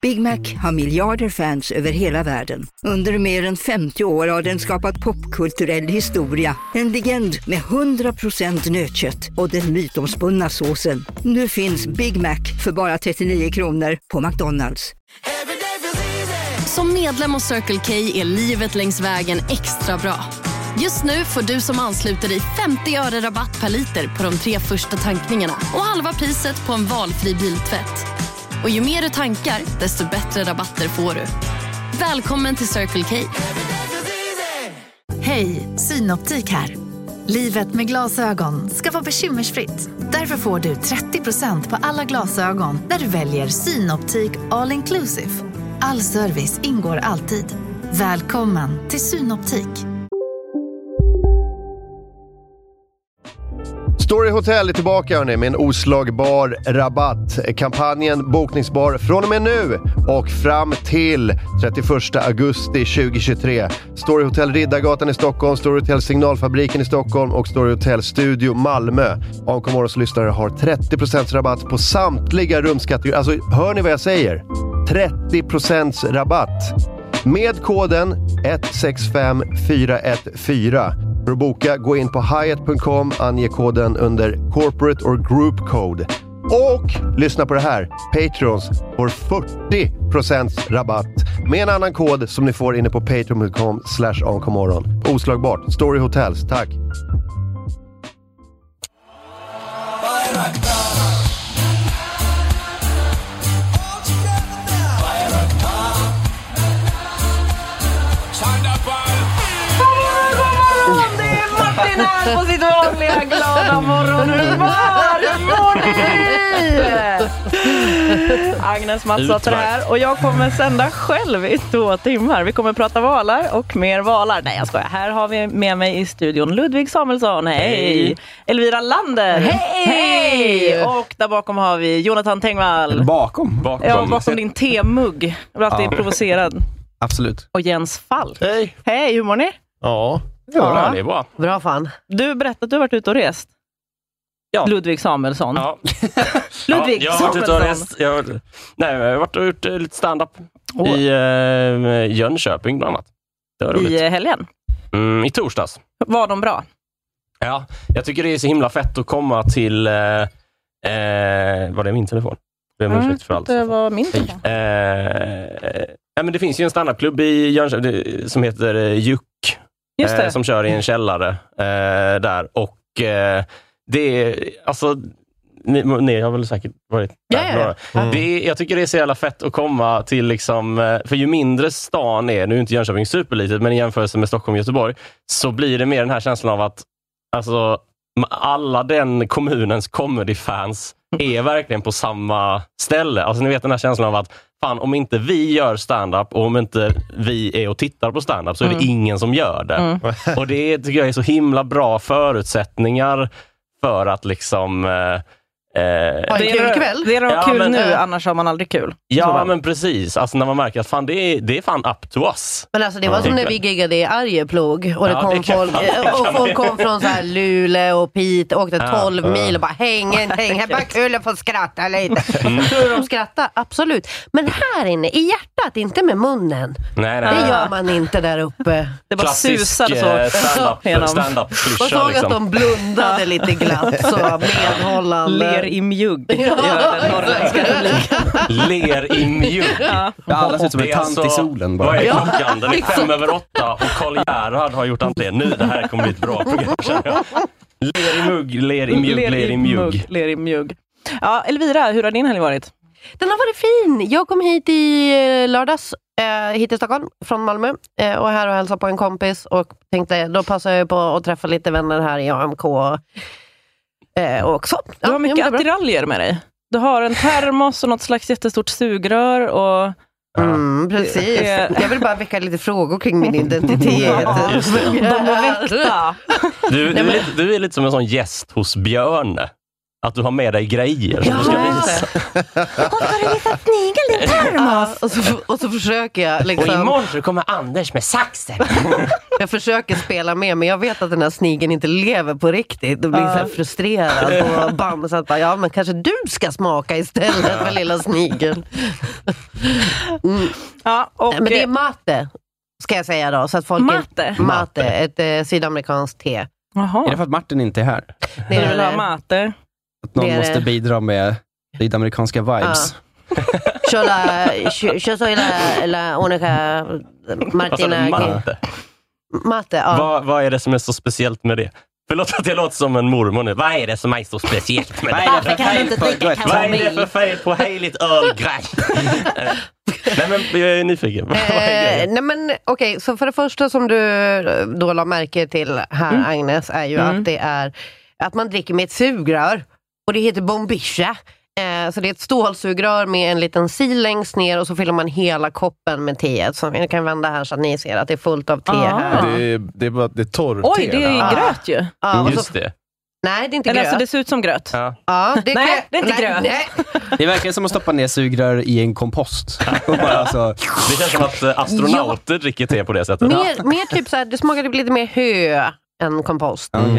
Big Mac har miljarder fans över hela världen. Under mer än 50 år har den skapat popkulturell historia. En legend med 100% nötkött och den mytomspunna såsen. Nu finns Big Mac för bara 39 kronor på McDonald's. Som medlem hos Circle K är livet längs vägen extra bra. Just nu får du som ansluter dig 50 öre rabatt per liter på de 3 första tankningarna och halva priset på en valfri biltvätt. Och ju mer du tankar, desto bättre rabatter får du. Välkommen till Circle K. Hej, Synoptik här. Livet med glasögon ska vara bekymmersfritt. Därför får du 30% på alla glasögon när du väljer Synoptik All Inclusive. All service ingår alltid. Välkommen till Synoptik. Story Hotel är tillbaka hörni, med en oslagbar rabatt. Kampanjen bokningsbar från och med nu och fram till 31 augusti 2023. Story Hotel Riddargatan i Stockholm, Story Hotel Signalfabriken i Stockholm och Story Hotel Studio Malmö. Omkomorros lyssnare har 30% rabatt på samtliga rumskategorier. Alltså, hör ni vad jag säger? 30% rabatt. Med koden 165414. För att boka, gå in på hyatt.com, ange koden under Corporate or Group Code. Och lyssna på det här. Patrons får 40% rabatt med en annan kod som ni får inne på patreon.com/onkomorron. Oslagbart. Story Hotels, tack. På sitt vanliga glada morgon. Hur mår ni? Agnes Mattsson här. Och jag kommer sända själv i 2 timmar. Vi kommer prata valar och mer valar. Nej, jag skojar. Här har vi med mig i studion Ludvig Samuelsson. Hej. Elvira Lander. Hej. Hej. Och där bakom har vi Jonathan Tengvall. Bakom din temugg. Jag blir alltid provocerad. Absolut. Och Jens Fall. Hej. Hej, hur mår ni? Ja. Ja, det är bra. Bra fan. Du berättade att du har varit ute och rest. Ja. Ludvig Samuelsson. Ja. Ludvig jag har varit ute och rest. Jag har varit och gjort lite stand-up i Jönköping bland annat. Det var roligt. I helgen? I torsdags. Var de bra? Ja, jag tycker det är så himla fett att komma till... var det min telefon? Det var min telefon. Men det finns ju en standupklubb i Jönköping som heter Juck. Som kör i en källare där. Och det är... Alltså, ni har väl säkert varit där. Jag tycker det är så jävla fett att komma till liksom... För ju mindre stan är, nu är inte Jönköping superlitet, men i jämförelse med Stockholm och Göteborg, så blir det mer den här känslan av att alltså, alla den kommunens comedy-fans är verkligen på samma ställe. Alltså ni vet den här känslan av att fan, om inte vi gör stand-up och om inte vi är och tittar på stand-up så är det ingen som gör det. Och det tycker jag är så himla bra förutsättningar för att liksom... det är kul nu, annars har man aldrig kul. Ja, men precis. Alltså när man märker att fan, det är fan up to us. Men alltså det var som när vi giggade i Arjeplog och det kom folk kom från så här Luleå och Piteå, åkte 12 mil och bara häng, bara kul att få skratta lite. Tror de skratta? Absolut. Men här inne, i hjärtat, inte med munnen. Nej. Det gör man inte där uppe. Det bara susar så. Stand-up och såg att de blundade lite glatt så medhållande. Ler i mjugg. Den norrländska publiken. Ler i mjugg. Ja. Alla ser ut som en tant i solen bara. Vad är klockan? Den är 7:05 och Karl Gerhard har gjort entré. Nu, det här kommer bli ett bra program. Ler i mugg, ler i mjugg, ler i mjugg. Ler i mjugg. Ja, Elvira, hur har din helg varit? Den har varit fin. Jag kom hit i lördags, hit till Stockholm från Malmö och här och hälsade på en kompis och tänkte, då passar jag på att träffa lite vänner här i AMK också. Du har mycket attiraljer med dig. Du har en termos och något slags jättestort sugrör och... precis. Jag vill bara väcka lite frågor kring min identitet. De är väckta. Du är lite som en sån gäst hos Björn. att du har med dig grejer som du ska visa. Och har du visat snigel i termos? Och så försöker jag liksom... Och imorgon så kommer Anders med saxen. Jag försöker spela med, men jag vet att den här snigeln inte lever på riktigt. Då blir jag så här frustrerad och bam, så att bara, men kanske du ska smaka istället för lilla snigeln. Ja, och men det är mate, ska jag säga då. Så att folk mate, ett sydamerikanskt te. Jaha. Är det för att Martin inte är här? Det är väl mate. Att någon måste bidra med sydamerikanska vibes. Yo soy la única Martina. Mate, ja. Vad är det som är så speciellt med det? Förlåt att jag låter som en mormor nu. Vad är det som är så speciellt med det? Varför kan du inte dricka Vad är det för fel på heligt ölgrej? Nej, men jag är nyfiken. Nej, men okej, så för det första som du då la märke till här, Agnes, är ju att det är att man dricker med ett sugrör. Och det heter bombicha. Så det är ett stålsugrör med en liten sil längst ner och så fyller man hela koppen med teet. Så jag kan vända här så att ni ser att det är fullt av te här. Det är torr Oj, det är gröt ju. Just det. Nej, det är inte Eller gröt. alltså, det ser ut som gröt. Ja. Det är inte gröt. Nej. Det verkar som att stoppa ner sugrör i en kompost. Och bara, alltså... Det känns som att astronauter dricker te på det sättet. Mer typ så här, det smakade lite mer hö än kompost. Okay.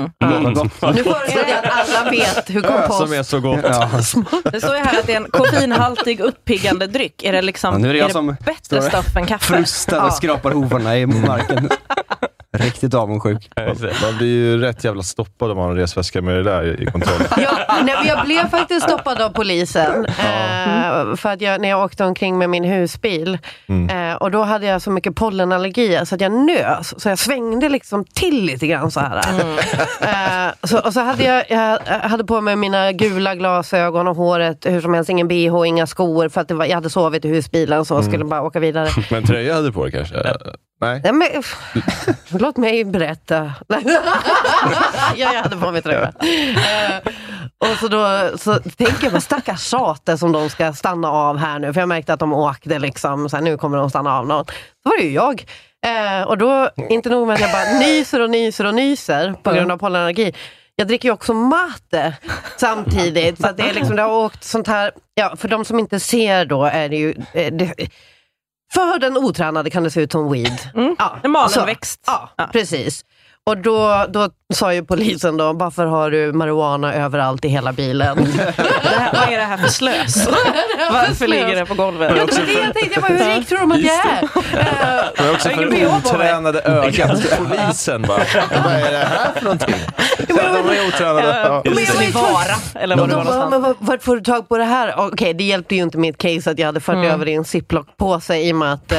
Nu får jag att alla vet hur kompost... Som är så gott. Det står ju här att det är en koffeinhaltig uppiggande dryck. Är det liksom nu är det jag som bättre stoff än kaffe? Frustar och skrapar hovarna i marken. Riktigt avundsjuk. Man blir ju rätt jävla stoppad om man har en resväska med det där i kontroll. Men jag blev faktiskt stoppad av polisen för att när jag åkte omkring med min husbil och då hade jag så mycket pollenallergi så att jag nös, så jag svängde liksom till lite grann så här. Och så hade jag hade på mig mina gula glasögon och håret hur som helst, ingen BH, inga skor för att jag hade sovit i husbilen så skulle bara åka vidare. Men tröja hade du på det kanske? Nej. Ja, men, låt mig berätta. Jag hade på mig tröja. Och så tänker jag på stackars tjater som de ska stanna av här nu. För jag märkte att de åkte liksom. Så här, nu kommer de stanna av någon. Så var det ju jag. Och då, inte nog med att jag bara nyser på grund av pollenallergi. Jag dricker ju också mate samtidigt. Så att det är liksom, det har åkt sånt här. Ja, för de som inte ser då är det ju... För den otränade kan det se ut som weed. En malenväxt. Ja, precis. Och då sa ju polisen då, varför har du marijuana överallt i hela bilen? Vad är det här för slös? Varför ligger det på golvet? Jag tänkte, hur rik tror de att jag är? Det är också för otränade ögat. Polisen bara, vad är det här för någonting? De är otränade. Eller vad det var någonstans. Men vart får du tag på det här? Okej, det hjälpte ju inte mitt case att jag hade fört över i en ziplock-påse i och med att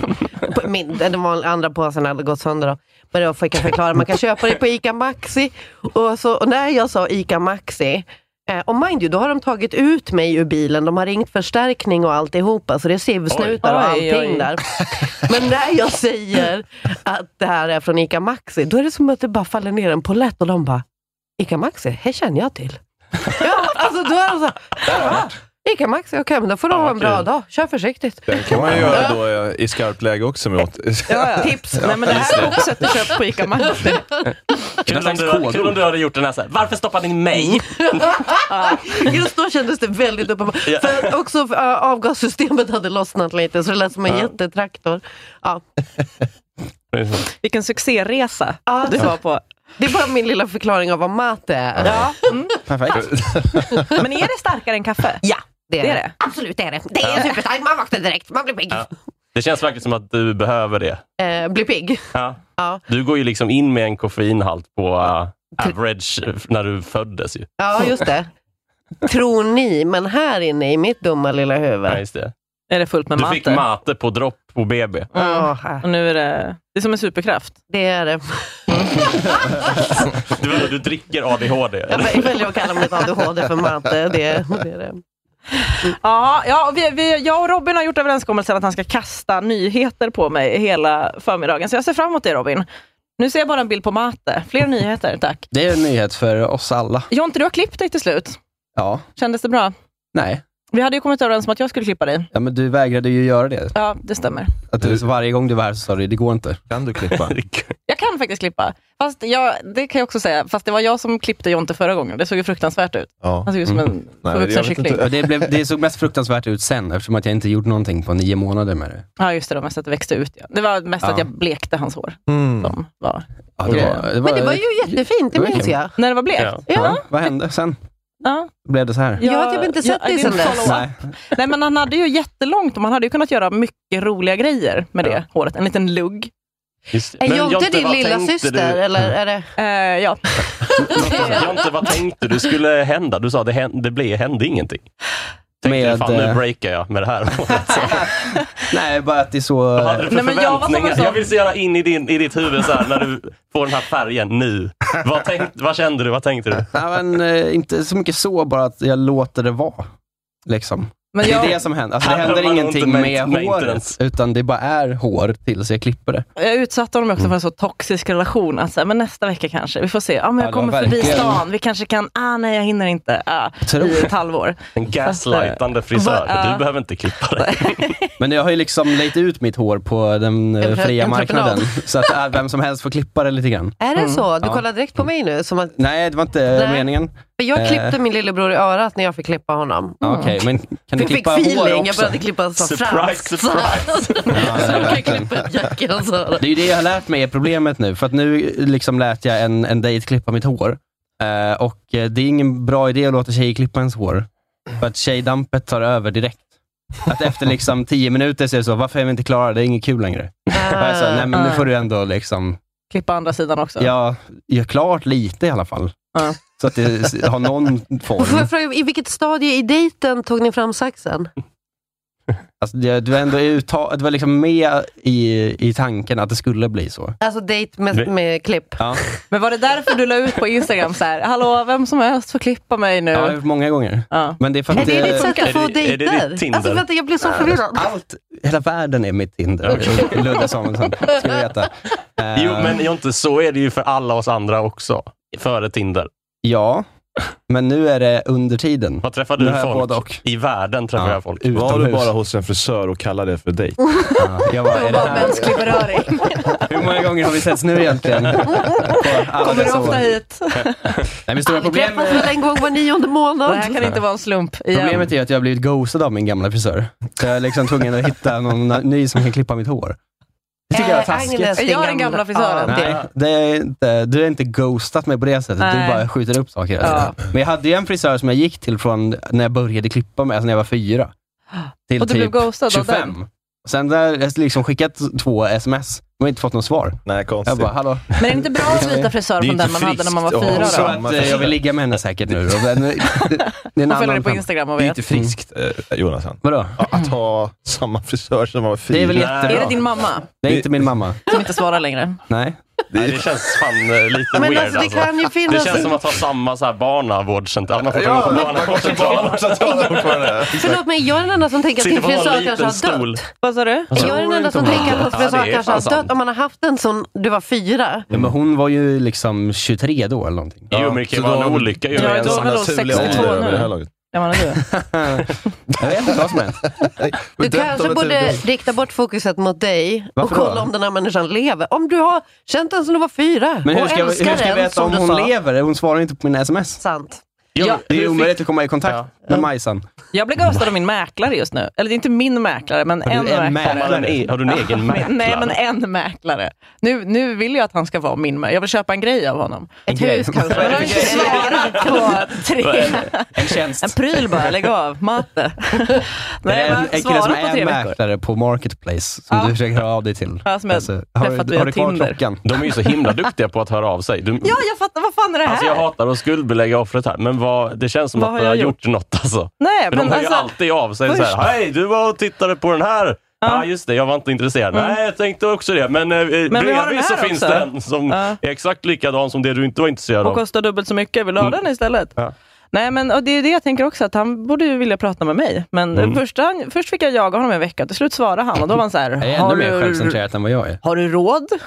den andra påsen hade gått sönder då. Men då fick jag förklara, man kan köpa det på Ica Maxi. Och när jag sa Ica Maxi, och mind you, då har de tagit ut mig ur bilen. De har ringt förstärkning och alltihopa, så det är sivsnutar och allting där. Men när jag säger att det här är från Ica Maxi, då är det som att det bara faller ner en polett och de bara, Ica Maxi, här känner jag till. Ja, alltså då är det så Ica Maxi, okej, men då får du ha en bra dag. Kör försiktigt. Det kan man ju göra då i skarpt läge också med tips. Nej, men det här är också ett köp på Ica Maxi. Kul om du hade gjort den här så här. Varför stoppade ni mig? Just då kändes det väldigt uppenbart. För att också avgassystemet hade lossnat lite, så det lät som en jättetraktor. Ja. Vilken succéresa du var på. Det är bara min lilla förklaring av vad mate är. Ja. Perfekt. Men är det starkare än kaffe? Ja, det är det. Absolut, det är det. Det är superstarkt, man vaknar direkt, man blir pigg. Ja. Det känns faktiskt som att du behöver det. Blir pigg. Ja. Du går ju liksom in med en koffeinhalt på average när du föddes ju. Ja, just det. Tror ni, men här inne i mitt dumma lilla huvud. Ja, just det. Är det fullt med mate? Du fick mate på dropp på BB. Och nu är det är som en superkraft. Det är det. Du dricker ADHD. Jag väljer att kalla mitt ADHD för mate. Det är det. Ja, jag och Robin har gjort överenskommelsen att han ska kasta nyheter på mig hela förmiddagen. Så jag ser fram emot det, Robin. Nu ser jag bara en bild på mate. Fler nyheter, tack. Det är en nyhet för oss alla. Jonte, du har klippt dig till slut. Ja. Kändes det bra? Nej. Vi hade ju kommit överens om att jag skulle klippa dig. Ja, men du vägrade ju göra det. Ja, det stämmer. Att du, varje gång du var här så sa du, det går inte. Kan du klippa? Jag kan faktiskt klippa. Fast det kan jag också säga. Fast det var jag som klippte Jonte förra gången. Det såg ju fruktansvärt ut. Ja. Han såg ut som en vuxen kyckling. Det såg mest fruktansvärt ut sen, eftersom att jag inte gjort någonting på 9 månader med det. Ja, just det. Det mest att det växte ut. Ja. Det var mest att jag blekte hans hår. Som var. Ja, Men det var ju jättefint, det minns jag. När det var blekt? Ja. Vad hände sen? Ja. Blev det så här? Jag har typ inte sett det sen dess. Nej, men han hade ju jättelångt och man hade ju kunnat göra mycket roliga grejer med det håret. En liten lugg. Är Jonte din lilla syster eller är det? Ja. Jonte, vad tänkte du skulle hända? Du sa det hände ingenting. Tänkte fan, nu breakar jag med det här. Nej, bara att det är så... Nej, men jag vill se gärna in i ditt huvud så här, när du får den här färgen nu. Vad kände du? Vad tänkte du? Ja, men, inte så mycket så, bara att jag låter det vara. Liksom. Men det är det som händer. Alltså, det händer ingenting med håret, utan det bara är hår tills jag klipper det. Jag utsatte honom också för en så toxisk relation. Alltså, men nästa vecka kanske. Vi får se. Men jag kommer förbi stan. Vi kanske kan... nej, jag hinner inte. I ett halvår. En gaslightande frisör. Du behöver inte klippa det. Men jag har ju liksom lejt ut mitt hår på den fria marknaden. Så att vem som helst får klippa det lite grann. Är det så? Du kollar direkt på mig nu. Som att... Nej, det var inte meningen. Jag klippte min lillebror i örat när jag fick klippa honom. Okej, men kan du klippa hår också? Jag började klippa så fransk. Det är ju det jag har lärt mig är problemet nu. För att nu liksom lät jag en dejt klippa mitt hår. Och det är ingen bra idé att låta tjejer klippa ens hår. För att tjejdampet tar över direkt. Att efter liksom 10 minuter så är det så, varför är vi inte klara? Det är inget kul längre. Nej, men nu får du ändå liksom... Klippa andra sidan också. Ja, klart lite i alla fall. Så att det har någon form. Får jag fråga, i vilket stadie i dejten tog ni fram saxen? Alltså du var ändå det var liksom med i tanken att det skulle bli så. Alltså dejt med klipp. Ja. Men var det därför du la ut på Instagram så här: hallå, vem som helst får klippa mig nu? Ja, jag har gjort många gånger. Ja. Men det är för att det ditt sätt att få dejter? Är det ditt Tinder? Alltså vänta, jag blir så förvirrad. Hela världen är mitt Tinder. Ludde Samuelsson, ska du veta. Jo, men inte så är det ju för alla oss andra också. Före Tinder. Ja. Men nu är det under tiden. Vad träffar du folk? I världen träffar jag folk. Var du bara hos en frisör och kallar det för dejt? Jag var mänsklig beröring. Hur många gånger har vi setts nu egentligen? Kommer du ofta hit? Nej, men stora problem träffas väl en gång var 9:e månad. Det här kan inte vara en slump igen. Problemet är att jag har blivit ghostad av min gamla frisör. Så jag är liksom tvungen att hitta någon ny som kan klippa mitt hår. Det tycker jag är taskigt. Jag är den gamla frisören. Nej, det är inte, du är inte ghostat mig på det sättet. Nej. Du bara skjuter upp saker. Men jag hade ju en frisör som jag gick till från när jag började klippa mig, alltså när jag var 4. Till och du typ blev ghostad 25. av den? Sen där jag liksom skickat 2 sms. Jag har inte fått något svar. Nej, konstigt. Jag bara, hallå. Men är det inte bra att byta frisör från den man hade när man var 4 Så då? att jag vill ligga med henne säkert nu. Det är en Man följer annan det på Instagram och Det är vet. inte friskt, Jonathan. Vadå? Att ha samma frisör som man var 4. Det är väl jättebra. Är det din mamma? Det är inte min mamma. Som inte svarar längre? Nej. Det känns fan lite Men weird alltså, det kan ju finnas... Det känns som att ha samma så här barnavårdscentral. Man får Förlåt mig, jag är den enda som tänker att din frisör kanske har dött. Vad sa du? Jag är den enda som tänker att hans frisör kanske har dött om man har haft en sån, du var 4. Ja, men hon var ju liksom 23 då eller någonting. Jo, men det kan vara en olycka. Ja, då var det 62 nu. Ja, man är du. Jag vet inte vad som helst. Du kanske borde rikta bort fokuset mot dig och kolla om den här människan lever. Om du har känt den som du var 4 men hur och ska älskar jag veta om hon lever? Hon svarar inte på mina sms. Sant. Ja, det är omöjligt att komma i kontakt med Majsan. Jag blir ghostad av min mäklare just nu. Eller det är inte min mäklare, men en mäklare. Har du en egen mäklare? Nej, men en mäklare. Nu vill jag att han ska vara min mäklare. Jag vill köpa en grej av honom. Ett hus kanske. Jag har inte svarat på 3. En tjänst. En pryl bara, lägg av. Matte. Nej, en kille som är mäklare på Marketplace som du försöker höra av dig till. Ja, som jag träffat via Tinder. De är ju så himla duktiga på att höra av sig. Ja, jag fattar. Vad fan är det här? Alltså jag hatar att skuldbelägga offret här. Men det känns som att du har gjort något alltså. Nej, men de hör ju alltid av sig så här: hej, du var och tittade på den här. Ja, just det, jag var inte intresserad. Nej, jag tänkte också det. Men bredvid så finns det en som är exakt likadan som det du inte var intresserad av. Och kostar dubbelt så mycket. Vill du ha den istället? Ja. Nej, men och det är det jag tänker också, att han borde ju vilja prata med mig. Men först fick jag jaga honom en vecka. Till slut svarade han och då var han så här: jag är ännu mer självcentrerad än vad jag är. Har du råd?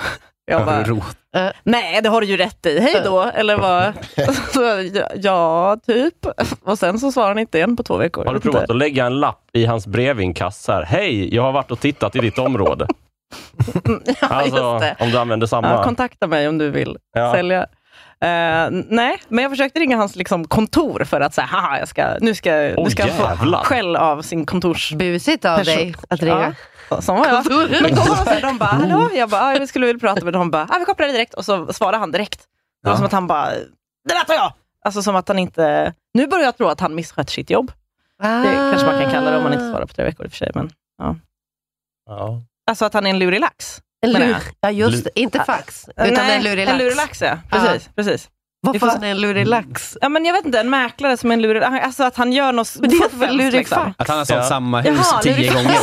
Jag bara, nej det har du ju rätt i, hej då. Eller vad? Ja, typ. Och sen så svarar han inte igen på 2 veckor. Har du provat att lägga en lapp i hans brevinkast här? Hej, jag har varit och tittat i ditt område. Ja, alltså, just det. om du använder samma. Ja, kontakta mig om du vill sälja. Nej, men jag försökte ringa hans liksom, kontor för att säga, haha, nu ska få skäll av sin busigt av dig att ringa. Ja, som var jag. Men de bara, hallå? Jag bara, vi skulle vilja prata med dem. De bara, vi kopplar det direkt. Och så svarade han direkt. Det var som att han bara, det där tar jag! Alltså som att han inte... Nu börjar jag tro att han misskött sitt jobb. Det kanske man kan kalla det om man inte svarar på 3 veckor i och för sig. Men, ja. Alltså att han är en lurig lax. Ja, just det. Inte fax. Utan en lurig lax. En lurig lax, ja. Precis. Vad fan är en lurig lax? Ja, men jag vet inte, en mäklare som är en lurig lax. Alltså att han gör något... Men det är för lurig liksom. Att han har sålt samma hus 10 gånger.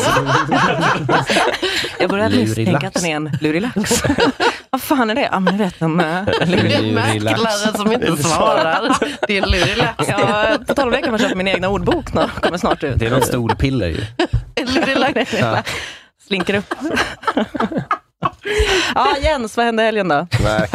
Jag började misstänka att han är en lurig lax. Vad fan är det? Ja, men jag vet en lurig mäklare som inte svarar. Det är en lurig lax. Ja, på tal om det kan man köpa min egna ordbok. Kommer snart ut. Det är någon stolpiller ju. En lurig lax. Slinker upp. Ja, Jens, vad hände helgen då?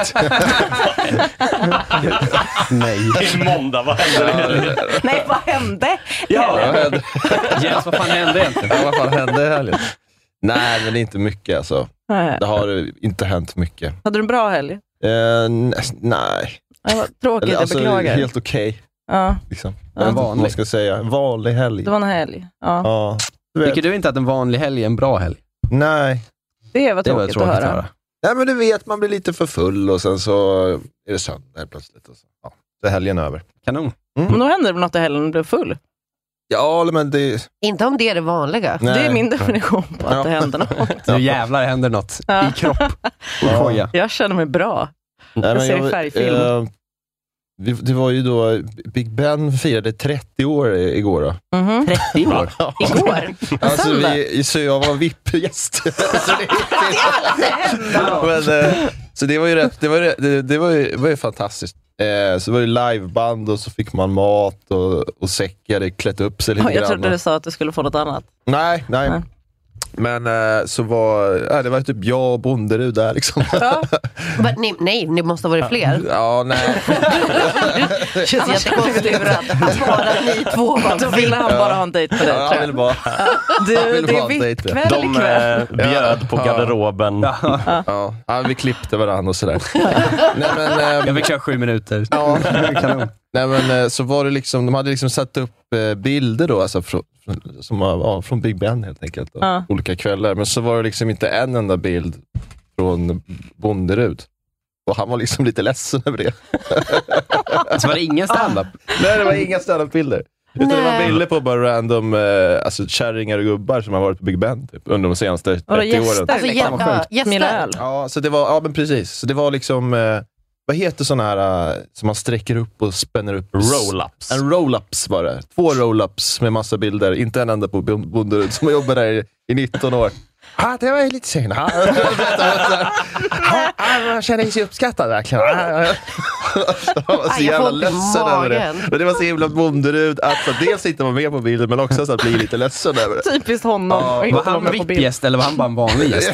Nej. Till måndag, vad hände? Nej, vad hände? Jens, vad fan hände egentligen? Ja, vad fan hände i helgen? Nej, men inte mycket alltså. Det har inte hänt mycket. Hade du en bra helg? Nej. Tråkigt, jag beklagar. Helt okej. Ja. Liksom. Vad man ska säga. En vanlig helg. Det var en helg. Ja. Tycker du inte att en vanlig helg är en bra helg? Nej. Det var tråkigt att höra. Nej, men du vet, man blir lite för full och sen så är det söndag plötsligt. Och så. Ja, så är helgen över. Kanon. Men då händer det något i helgen när du är full. Ja, men det... Inte om det är det vanliga. Nej. Det är min definition på att det händer något. Nu jävlar händer något i kropp och koja. Jag känner mig bra. Jag ser färgfilm. Det var ju då Big Ben firade 30 år igår då. 30 år? Igår? Alltså så jag var VIP-gäst. Så det var ju rätt, det var ju fantastiskt. Så det var ju liveband och så fick man mat och säckar, klätt upp sig lite grann. Jag trodde du sa att du skulle få något annat. Nej. Men så det var typ jag och Bonderud där liksom. Ja. Nej, ni måste ha varit fler. Ja, nej. Det känns jättekonstigt att bara ni två. Då ville han bara ha en dejt på dig. Ja, jag ville bara det är VIP-kväll ikväll. Bjöd på garderoben. Ja, vi klippte varandra och sådär. Nej, men, jag fick köra 7 minuter. Ja, kanon. Nej, men så var det liksom, de hade liksom satt upp bilder då, alltså från Big Ben helt enkelt. Olika kvällar. Men så var det liksom inte en enda bild från Bonderud. Och han var liksom lite ledsen över det. Så var det ingen stand-up? Nej, det var inga stand-up-bilder. Utan det var bilder på bara random alltså kärringar och gubbar som har varit på Big Ben typ, under de senaste 30 åren. Alltså gäster. Ja, så det var, ja men precis. Så det var liksom... vad heter sån här som man sträcker upp och spänner upp? Roll-ups. En roll-ups var det. 2 roll-ups med massa bilder. Inte en enda på Bonderud som jobbar där i 19 år. Det var lite sen. Man känner sig uppskattad verkligen. Jag var så jävla ledsen över det. Men det var så himla Bonderud att dels inte vara med på bilden men också så att bli lite ledsen över det. Typiskt honom. Var han VIP-gäst eller var han bara en vanlig gäst?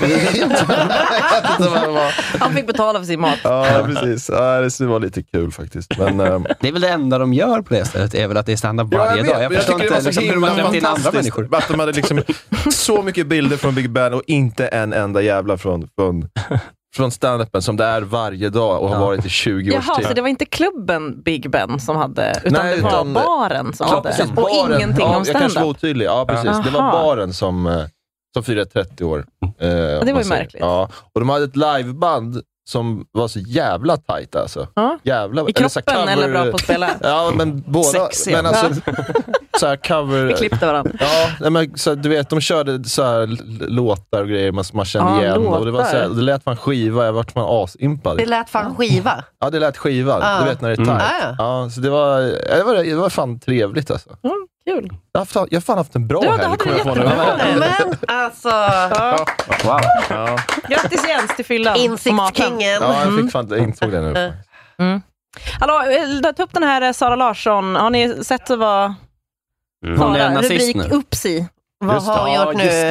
Han fick betala för sin mat. Ja, precis. Ja, det var lite kul faktiskt. Men, det är väl det enda de gör på det stället, är väl att det är stand-up varje dag. Jag förstår inte liksom, hur man släppt in andra människor. Att de hade liksom så mycket bilder från Big Ben och inte en enda jävla från stand-upen som det är varje dag och har varit i 20 års tid. Jaha, så det var inte klubben Big Ben som hade, utan det var baren som hade. Precis, och baren, ingenting om stand-up. Jag kanske var otydlig. Ja, precis. Det var baren som firade 30 år. Det var ju märkligt. Ja, och de hade ett liveband som var så jävla tajt alltså. Jävla, i kroppen eller bra på att spela. Ja, men båda. Sexiga. Men alltså, så här cover. Vi klippte varandra. Ja, men så du vet, de körde så här låtar och grejer man kände igen. Låtar. Och det var så här, det lät fan skiva, jag vart man asimpad. Det lät fan skiva? Ja, det lät skiva. Du vet när det är tajt. Ja, så det var fan trevligt alltså. Kul. Jag har fan haft en bra helg. Men alltså... Wow. Ja. Grattis Jens till fyllan. Insiktskingen. Ja, jag insåg det nu. Hallå, ta upp den här Sara Larsson. Har ni sett vad hon är nazist rubrik nu? Upsi? Vad har hon gjort nu? Just det.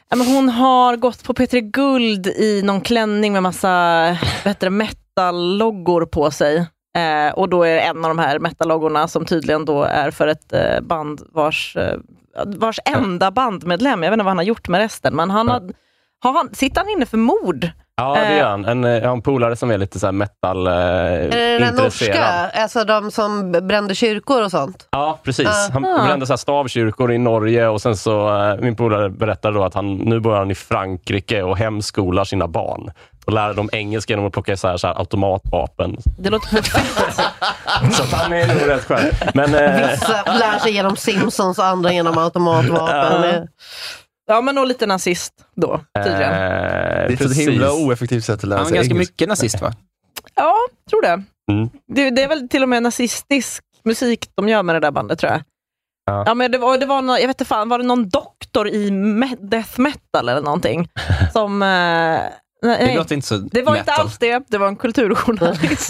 Men hon har gått på P3 Guld i någon klänning med massa metal-loggor på sig. Och då är det en av de här metal-loggorna som tydligen då är för ett band vars enda bandmedlem. Jag vet inte vad han har gjort med resten, men sitter han inne för mord? Ja, det är han. En polare som är lite så här metal Är det den norska? Alltså de som brände kyrkor och sånt? Ja, precis. Han brände så här stavkyrkor i Norge och sen så min polare berättade då att nu börjar han i Frankrike och hemskolar sina barn och lär dem engelska genom att plocka så här automatvapen. Det låter perfekt. Så han är nog rätt skön. Men vissa lär sig genom Simpsons och andra genom automatvapen. Ja, men nog lite nazist då, tydligen. Det är ett himla oeffektivt sätt att lära sig ganska engelska. mycket nazist, va? Ja, tror det. Det är väl till och med nazistisk musik de gör med det där bandet, tror jag. Ja, men det var jag vet inte fan, var det någon doktor i death metal eller någonting som... Det låter inte så det var metal. inte alls det var en kulturjournalist.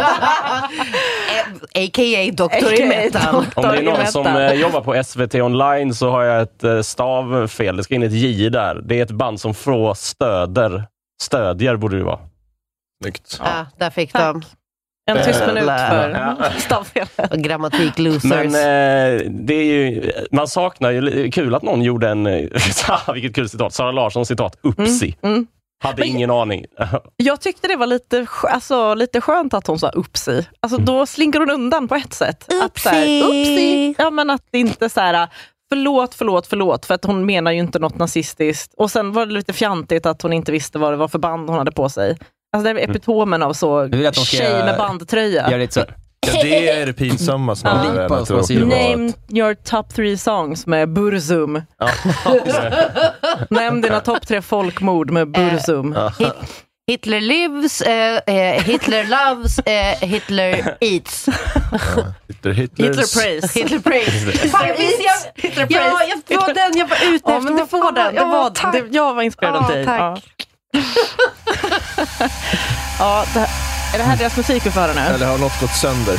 A.k.a. doktor i metal. Om det är någon som jobbar på SVT online så har jag ett stavfel. Det ska in ett J där. Det är ett band som får stödjer borde det vara. Snyggt. Ja, där fick de. En tyst minut för stavfelet. Grammatik losers. Men det är ju, man saknar ju, kul att någon gjorde vilket kul citat, Sara Larsson citat, upsi. Hade ingen aning. Jag tyckte det var lite skönt att hon sa upsi. Alltså då slinker hon undan på ett sätt. Upsi. Ja, men att det inte så här förlåt, för att hon menar ju inte något nazistiskt. Och sen var det lite fjantigt att hon inte visste vad det var för band hon hade på sig. Alltså det är epitomen av så tjej med bandtröja. Gör det så. Ja, det är det pinsamma snarare än att Name your top 3 songs med Burzum. Nämn dina topp 3 folkmord med Burzum. Hitler lives, Hitler loves, Hitler eats. Hitler praise. Hitler praise. Jag var den jag var ute efter. Men du får den. Jag var inspirerad av dig. Tack. Ja, är det här deras musik vi får höra nu? Eller har något gått sönder?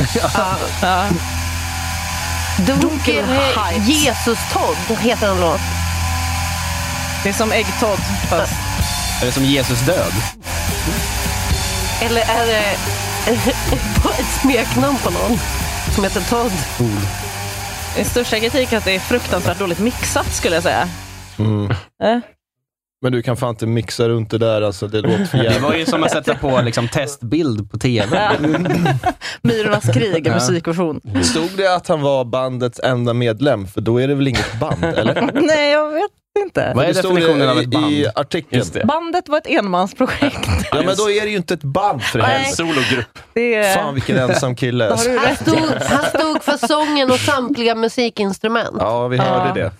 Dunkel Jesus Todd heter en låt. Det är som Äggtodd fast... Är det som Jesus död? Eller är det ett smeknamn på någon som heter Todd? Den största kritik är att det är fruktansvärt dåligt mixat, skulle jag säga. Men du kan fan inte mixa runt det där, alltså det låter för jävligt. Det var ju som att sätta på liksom testbild på tv. Myrornas krig, en musikversion. Stod det att han var bandets enda medlem? För då är det väl inget band, eller? Nej, jag vet inte. Vad är definitionen av ett band? I artikeln. Bandet var ett enmansprojekt. Ja, men då är det ju inte ett band för det här. En sologrupp. Fan, vilken ensam kille. Han stod för sången och samtliga musikinstrument. Ja, vi hörde det.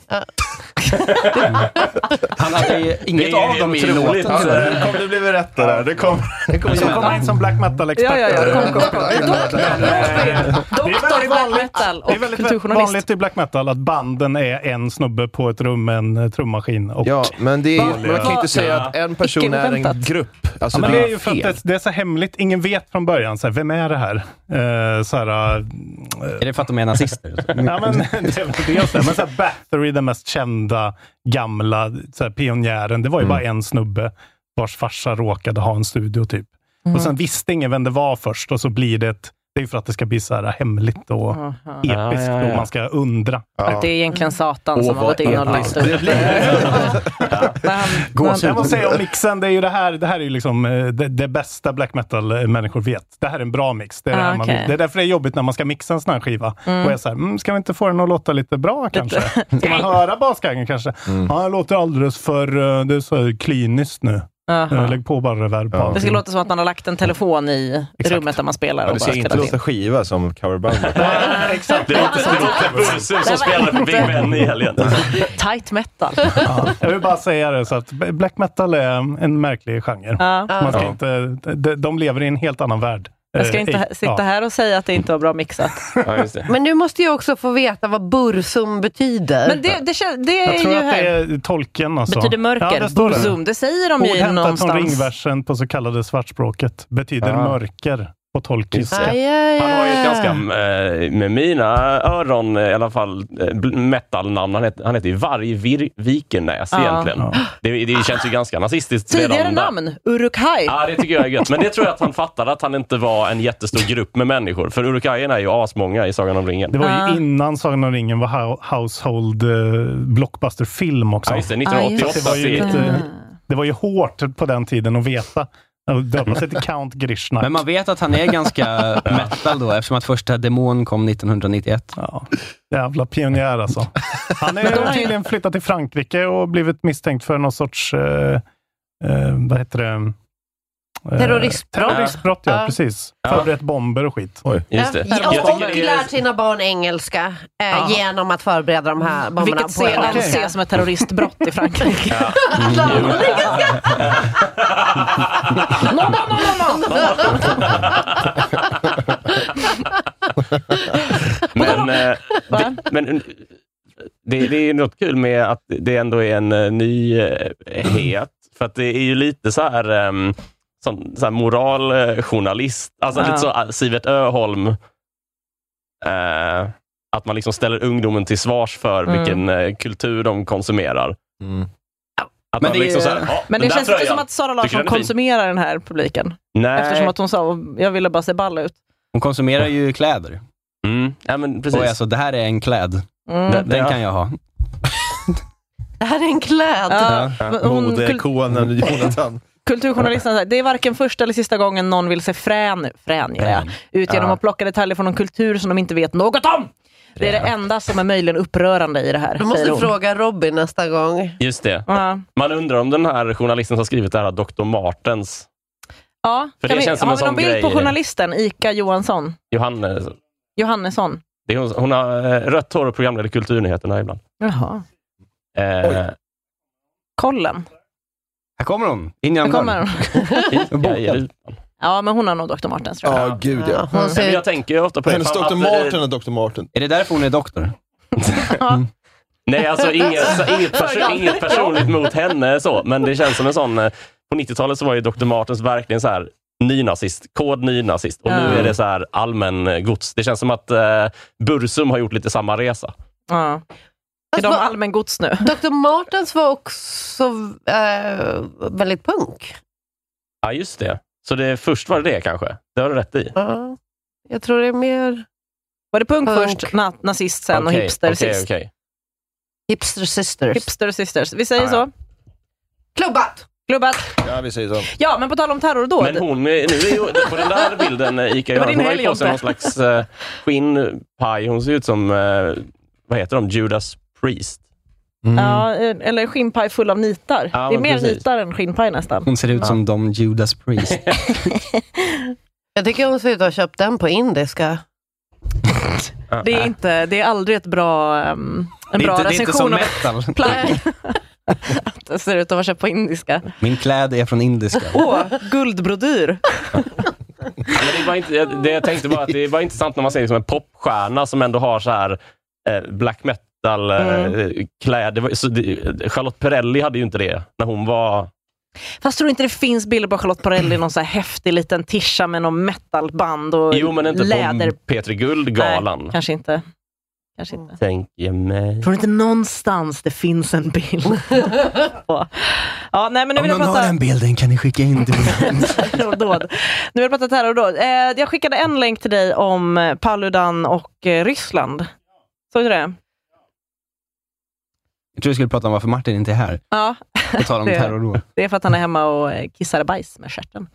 Han hade inget av dem i låten. Alltså, det kommer bli rätt där. Det kommer in som black metal-expert. Doktor i black metal och kulturjournalist. Det är väldigt vanligt i black metal att banden är en snubbe på ett rum med en trummaskin. Och ja, men det är, man kan inte säga att en person är en grupp. Alltså, ja, men det är ju för att det är så hemligt. Ingen vet från början så här, vem är det här? Är det för att de är nazister? Ja, men det är just det. Men så här, Bathory, den mest kända gamla så här, pionjären, det var ju bara en snubbe vars farsa råkade ha en studio typ. Och sen visste ingen vem det var först, och så blir det är ju för att det ska bli så här hemligt och episkt och man ska undra. Att det är egentligen Satan som har gått in och lyst upp. Jag måste säga om mixen, det är ju det här är ju liksom det bästa black metal människor vet. Det här är en bra mix. Det är, det är därför det är jobbigt när man ska mixa en sån här skiva. Och jag säger, ska vi inte få den att låta lite bra kanske? Ska man höra basgången kanske? Ja, det låter alldeles för det är så kliniskt nu. Lägg på bara reverb på. Det ska låta som att man har lagt en telefon i rummet där man spelar. Ja, det ska inte låta skiva som coverbandet. Exakt. Det låter Burzum som spelar på Big Ben i helgen. Tight metal. Jag vill bara säga det, så att black metal är en märklig genre. Man ska inte, de lever i en helt annan värld. Jag ska inte sitta här och säga att det inte var bra mixat. Ja, just det. Men nu måste jag också få veta vad Burzum betyder. Men det är jag tror ju att här. Det är tolken alltså. Betyder mörker. Ja, Burzum, det säger de ju någonstans. Från ringversen på så kallade svartspråket betyder mörker. på Tolkis. Han har ju ett ganska, med mina öron i alla fall, metal-namn. Han heter ju Varg-Vikernäs egentligen. Ja. Det känns ju ganska nazistiskt. Tidigare namn, Uruk-hai. Ja, det tycker jag är gött. Men det tror jag att han fattade, att han inte var en jättestor grupp med människor. För Uruk-haierna är ju asmånga i Sagan om ringen. Det var ju innan Sagan om ringen var household blockbuster-film också. Ja, just det, 1988. Det var ju hårt på den tiden att veta. Döpa sig till Count Grishnak. Men man vet att han är ganska metal då, eftersom att första Demon kom 1991. Ja, jävla pionjär alltså. Han är tydligen flyttat till Frankrike och blivit misstänkt för någon sorts vad heter det? Terroristbrott, ja, precis. Förberett bomber och skit. Oj, just det. Och lärt sina barn engelska genom att förbereda de här bomberna. Vilket ses som ett terroristbrott i Frankrike. Men det är något kul med att det ändå är en nyhet. För att det är ju lite så här moraljournalist, alltså lite så Sivert Öholm, att man liksom ställer ungdomen till svars för vilken kultur de konsumerar. Men det känns inte som att Sara Larsson konsumerar den här publiken. Nej. Eftersom att hon sa, jag ville bara se ball ut. Hon konsumerar ju kläder. Ja, men precis. Och alltså, det här är en kläd. Den kan jag ha. Det här är en kläd. Modeikonen Jonathan. Kulturjournalisten säger, det är varken första eller sista gången någon vill se frän ut genom att plocka detaljer från en kultur som de inte vet något om. Det är det enda som är möjligen upprörande i det här. Du måste fråga Robin nästa gång. Just det. Man undrar om den här journalisten som har skrivit det här, Dr. Martens. Ja, för det känns som har vi någon bild på journalisten? Ika Johansson. Johannesson. Det är hon har rött hår och programledare Kulturnyheterna ibland. Jaha. Kollen. Här kommer hon. Ja, men hon har nog Dr. Martens, tror jag. Ja, gud ja. Men jag tänker ju ofta på hennes Dr. Marten och Dr. Marten. Är det därför hon är doktor? Nej, alltså inget personligt mot henne så, men det känns som en sån, på 90-talet så var ju Dr. Martens verkligen så här nynazist, kod nynazist, och nu är det så här allmän gods. Det känns som att Bursum har gjort lite samma resa. Ja. Är de allmän gods nu? Dr. Martens var också väldigt punk. Ja, just det. Så först var det kanske. Det har du rätt i. Ja, jag tror det är mer... Var det punk först, nazist sen och hipster sist? Okay. Hipster sisters. Vi säger så. Klubbat! Ja, vi säger så. Ja, men på tal om terrordåd. Men hon, nu är ju, på den där bilden, Ika Johansson, hon har ju på sig någon slags skinnpaj. Hon ser ut som, vad heter de? Judas Priest. Ja, eller skinnpaj full av nitar. Ja, det är mer nitar än skinnpaj nästan. Hon ser ut som de Judas Priest. Jag tycker hon ser ut att ha köpt den på indiska. Det är aldrig ett bra bra recension av ett plagg. Att det ser ut att vara köpt på indiska. Min kläd är från indiska. Guldbrodyr. Men jag tänkte bara att det är bara intressant när man ser det som en popstjärna som ändå har så här black metal kläder. Charlotte Perrelli hade ju inte det när hon var... Fast tror inte det finns bilder på Charlotte Perrelli, någon så här häftig liten tisha med någon metalband och jo, men inte läder. På Petri Guld-galan. Nej, kanske inte. Tänker mig. Tror inte någonstans det finns en bild. Ja, nej, men nu om någon har den bilden kan ni skicka in till terrordåd. Nu vill jag prata terrordåd. Jag skickade en länk till dig om Paludan och Ryssland. Såg du det? Jag tror vi skulle prata om varför Martin inte är här. Ja. På tal om terrordåd. Det är för att han är hemma och kissar bajs med stjärten.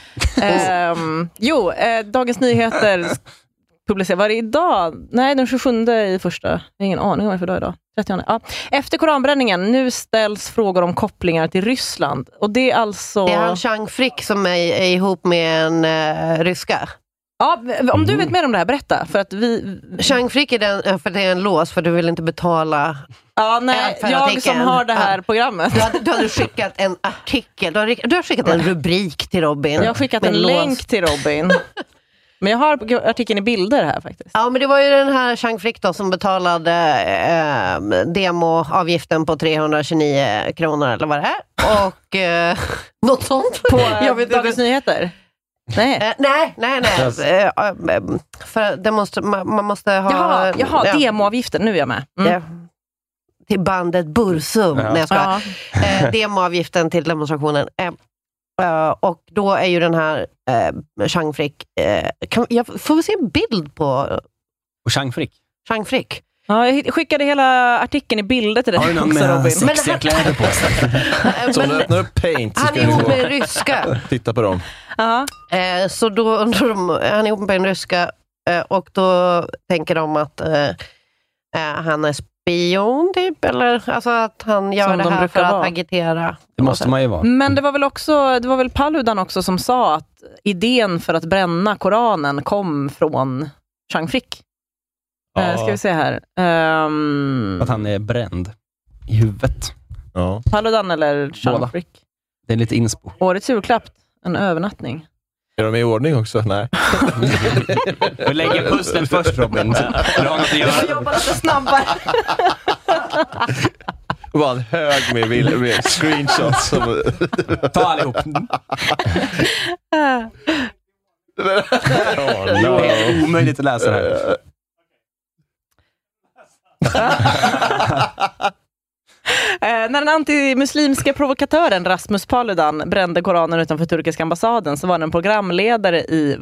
Dagens Nyheter publicerar, var det idag? Nej, den 27 i första. Jag har ingen aning om vad det är för dag idag. 30. Ja. Efter koranbränningen, nu ställs frågor om kopplingar till Ryssland. Och det är alltså... Det är han Chang Frick som är ihop med en ryska. Ja, om du vet mer om det här, berätta. För att Chang Frick är den, för det är en lås, för du vill inte betala. Ja, nej, jag som har det här programmet. Du hade skickat en artikel. Du har skickat en rubrik till Robin. Jag har skickat en länk till Robin. Men jag har artikeln i bilder här faktiskt. Ja, men det var ju den här Chang Frick då som betalade demoavgiften på 329 kronor eller vad det är. Och något sånt. På Dagens Nyheter? Nej. Nej. För det måste, man måste ha... Jaha, demoavgiften, nu är jag med. Till bandet Bursum. Nej, jag ska. Demoavgiften till demonstrationen. Och då är ju den här Chang Frick... jag får vi se en bild på... Och Chang Frick? Chang Frick. Ja, jag skickade hela artikeln i bilder till dig också, Robin. Har du någon sexiga kläder på sig? Så om du öppnar upp Paint så han är ihop med en ryska. Titta på dem. Så då undrar de, han är ihop med en ryska och då tänker de att han är spion typ, eller alltså att han gör som det här för att agitera. Det måste man ju vara. Men det var väl Paludan också som sa att idén för att bränna Koranen kom från Chang Frick. Ska vi se här. Att han är bränd i huvudet. Ja. Paludan eller Chang Frick? Det är lite inspo. Årets julklapp, en övernattning. Är de i ordning också? Nej. Du lägger pusslet först, Robin. Jag jobbar lite snabbare. Det var en hög med screenshots. Som... Ta allihop. Det är omöjligt att läsa det här. När den antimuslimska provokatören Rasmus Paludan brände Koranen utanför turkiska ambassaden så var den programledare i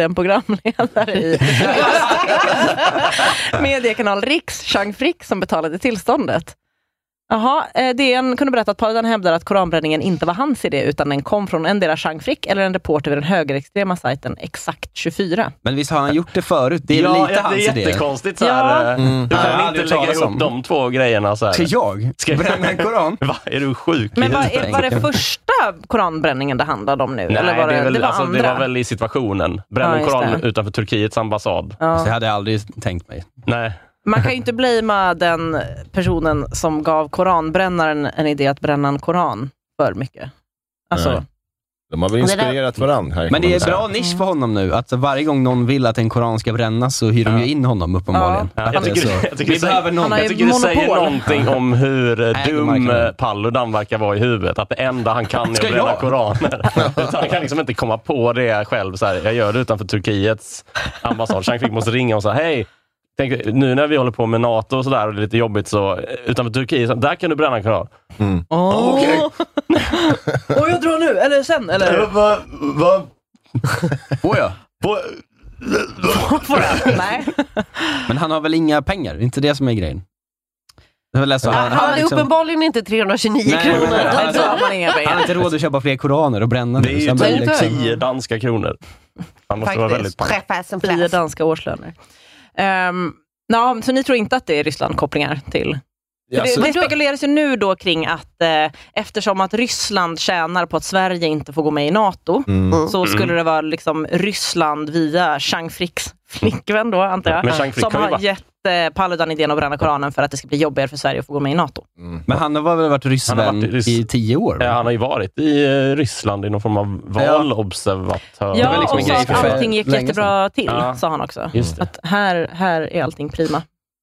mediekanal Riks, Chang Frick, som betalade tillståndet. Jaha, DN kunde berätta att Paludan hävdar att koranbränningen inte var hans idé utan den kom från endera Chang Frick eller en reporter vid den högerextrema sajten Exakt 24. Men visst har han gjort det förut? Det är lite hans idé. Det är jättekonstigt så här. Du kan inte lägga ihop de två grejerna så här. Till jag? Ska jag bränna en koran? Va? Är du sjuk? Men var det första koranbränningen det handlade om nu? Nej, eller var det var väl i situationen. Bränna en koran utanför Turkiets ambassad. Ja. Så jag hade aldrig tänkt mig. Nej. Man kan ju inte blamea den personen som gav koranbrännaren en idé att bränna en koran för mycket. Alltså. De har väl inspirerat varandra här. Men det är bra nisch för honom nu. Att varje gång någon vill att en koran ska brännas så hyr de ju in honom uppenbarligen. Ja. Jag tycker det säger någonting om hur dum Paludan verkar vara i huvudet. Att det enda han kan är att bränna koraner. Han kan liksom inte komma på det själv. Så här, jag gör det utanför Turkiets ambassad. Chang Frick måste ringa och säga hej. Tänk, nu när vi håller på med NATO och sådär och det är lite jobbigt så utanför Turkiet, så, där kan du bränna en koran. Okej. Och jag drar nu, eller sen, eller? Vad? Får jag? Får jag? Nej. Men han har väl inga pengar, det är inte det som är grejen. Han hade uppenbarligen inte 329 kronor. Han har inte råd att köpa fler koraner och bränna. Det är ju 10 danska kronor. Han måste vara väldigt 10 danska årslöner. Så ni tror inte att det är Ryssland-kopplingar till? Det spekuleras ju nu då kring att eftersom att Ryssland tjänar på att Sverige inte får gå med i NATO så skulle det vara liksom Ryssland via Chang Fricks flickvän då, antar jag, som har gett Paludan idén att bränna koranen för att det ska bli jobbigare för Sverige att få gå med i NATO. Men han har väl varit ryssvän i 10 år? Ja, han har ju varit i Ryssland i någon form av valobservatör. Ja, liksom och så att allting gick jättebra till, sa han också. Att här är allting prima.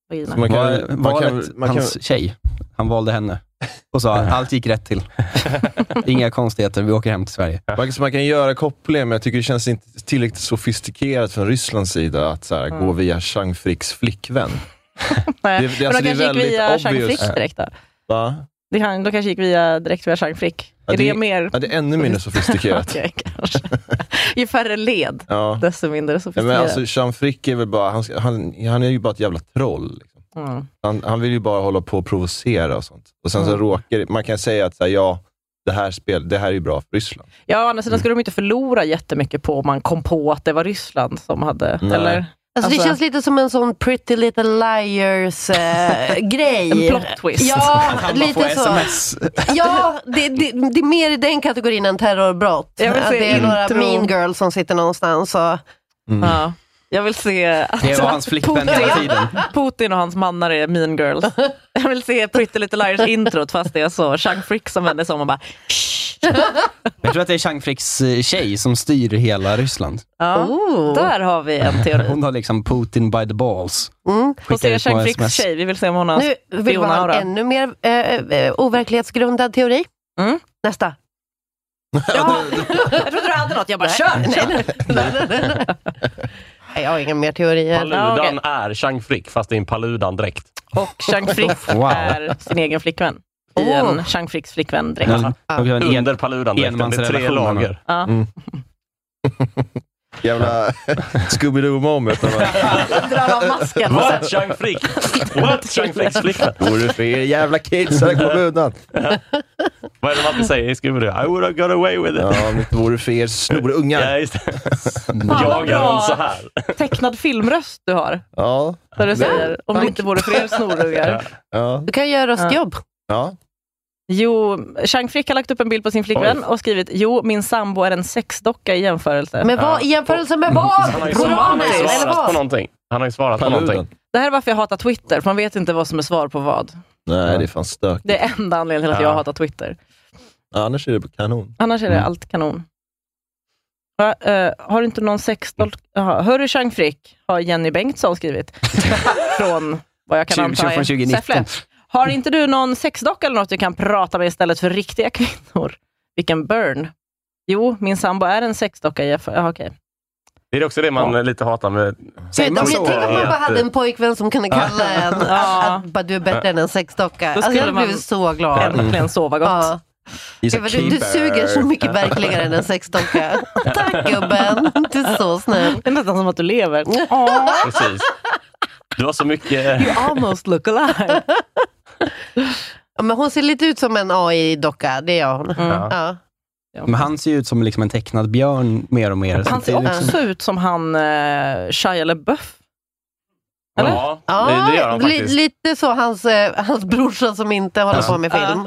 Hans tjej, han valde henne och sa att allt gick rätt till. Inga konstigheter, vi åker hem till Sverige. Man kan göra koppling, men jag tycker det känns inte tillräckligt sofistikerat från Rysslands sida att så här, gå via Chang Fricks flickvän. Nej, men de kanske gick via Chang Frick direkt då. Va? De kanske gick direkt via Chang Frick. Ja, det är ännu mindre sofistikerat. Okej, kanske. Ju färre led, desto mindre sofistikerat. Men alltså, Chang Frick är väl bara, han är ju bara ett jävla troll. Liksom. Han vill ju bara hålla på och provocera och sånt. Och sen så råkar man kan säga att så här, det här är ju bra för Ryssland. Ja, annars skulle de inte förlora jättemycket på om man kom på att det var Ryssland som hade, eller? Alltså det känns lite som en sån Pretty Little Liars grej. En plot twist. Ja, lite så. SMS. Ja, det är mer i den kategorin än terrorbrott. Det är några mean girls som sitter någonstans och... Ja. Jag vill se att det var hans flickvän hela tiden. Putin och hans mannar är mean girls. Jag vill se Pretty Little Liars introt fast det är så Chang Frick som vänder sig om och bara Jag tror att det är Chang Fricks tjej som styr hela Ryssland. Ja, där har vi en teori. Hon har liksom Putin by the balls. Får se Chang Fricks tjej, vi vill se om hon har nu vill man ha en ännu mer overklighetsgrundad teori. Nästa. Ja, jag trodde du hade något. Jag bara, kör! Nej. Jag har inga mer teorier. Paludan är Chang Frick, fast det är en Paludan-dräkt. Och Chang Frick är sin egen flickvän. I en Chang Fricks flickvän-dräkt. Under Paludan-dräkten, det är 3 lager. Ja. Jävla Scooby-Doo-moment. Drar av masken. What, Chang Frick? What, Chang Fricks flickvän? Vore för er jävla kids hade kommit undan. Vad är det man alltid säger i Scooby-Doo? I would have got away with it. Ja, om det inte vore för er snorungar. Ja, just det. Jagar dem så här. Tecknad filmröst du har. Ja. Där du säger, om det inte vore för er snorungar. Ja. Du kan göra röstjobb. Ja. Jo, Chang Frick har lagt upp en bild på sin flickvän och skrivit, jo, min sambo är en sexdocka i jämförelse. Men vad, i jämförelse med vad? Han har ju svarat på någonting. Han har ju svarat på någonting. Det här är varför jag hatar Twitter, för man vet inte vad som är svar på vad. Nej, det är fan stök. Det är enda anledningen till att jag hatar Twitter. Annars är det kanon. Annars är det allt kanon. Har du inte någon sexdocka? Hörru Chang Frick, har Jenny Bengtsson skrivit. Från vad jag kan anta är 2019. Har inte du någon sexdocka eller något du kan prata med istället för riktiga kvinnor? Vilken burn. Jo, min sambo är en sexdocka i okej. Det är också det man lite hatar med... Tänk om man bara hade en pojkvän som kunde kalla en att du är bättre än en sexdocka. Alltså, jag blev så glad. Äntligen sova gott. Du suger så mycket verkligare än en sexdocka. Tack gubben, du är så snäll. Det är nästan som att du lever. Precis. Du har så mycket... You almost look alive. Ja, men hon ser lite ut som en AI-docka, det är hon. Ja. Men han ser ju ut som liksom en tecknad björn mer och mer. Han ser också ut som han Shia LaBeouf. Eller? Ja, det gör han faktiskt. Lite så hans brorsa som inte håller på med film.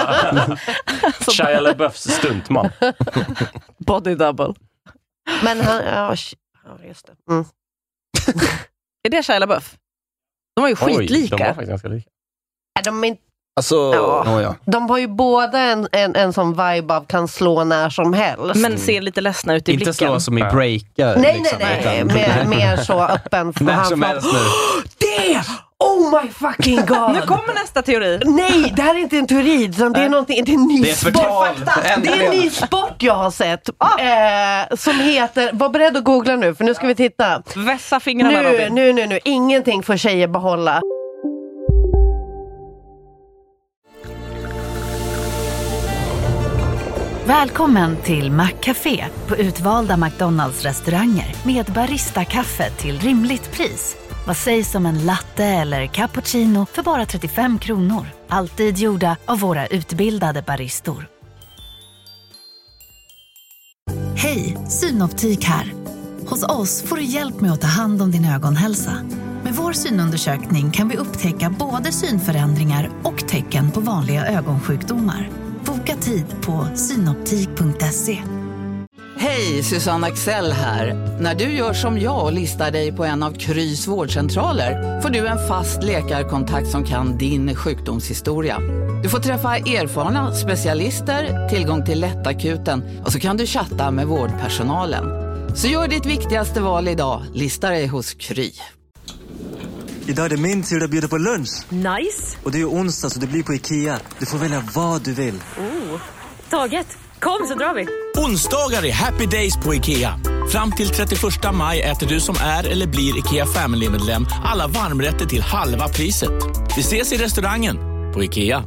Shia LaBeoufs stuntman. Body double. Men han... just det. Är det Shia LaBeouf? De var ju skitlika. De var faktiskt ganska lika. De är inte... Alltså, De har ju båda en sån vibe av kan slå när som helst. Men ser lite ledsna ut i blicken. Inte slå som i Breaker. Nej. Mer så öppen. När som helst nu. Det! Oh my fucking god! Nu kommer nästa teori. Nej, det här är inte en teori. Utan det är någonting, det är en ny sport. Det är en ny sport jag har sett. Som heter, var beredd att googla nu, för nu ska vi titta. Vässa fingrarna, Robin. Nu. Ingenting får tjejer behålla. Välkommen till McCafé på utvalda McDonalds-restauranger med barista-kaffe till rimligt pris. Vad sägs om en latte eller cappuccino för bara 35 kronor? Alltid gjorda av våra utbildade baristor. Hej, Synoptik här. Hos oss får du hjälp med att ta hand om din ögonhälsa. Med vår synundersökning kan vi upptäcka både synförändringar och tecken på vanliga ögonsjukdomar. Boka tid på synoptik.se. Hej, Susanne Axel här. När du gör som jag och listar dig på en av Krys vårdcentraler får du en fast läkarkontakt som kan din sjukdomshistoria. Du får träffa erfarna specialister, tillgång till lättakuten och så kan du chatta med vårdpersonalen. Så gör ditt viktigaste val idag, lista dig hos Kry. Idag är det min tur att bjuda på lunch. Nice. Och det är onsdag så det blir på Ikea. Du får välja vad du vill. Taget. Kom så drar vi. Onsdagar är happy days på Ikea. Fram till 31 maj äter du som är eller blir Ikea Family-medlem alla varmrätter till halva priset. Vi ses i restaurangen på Ikea.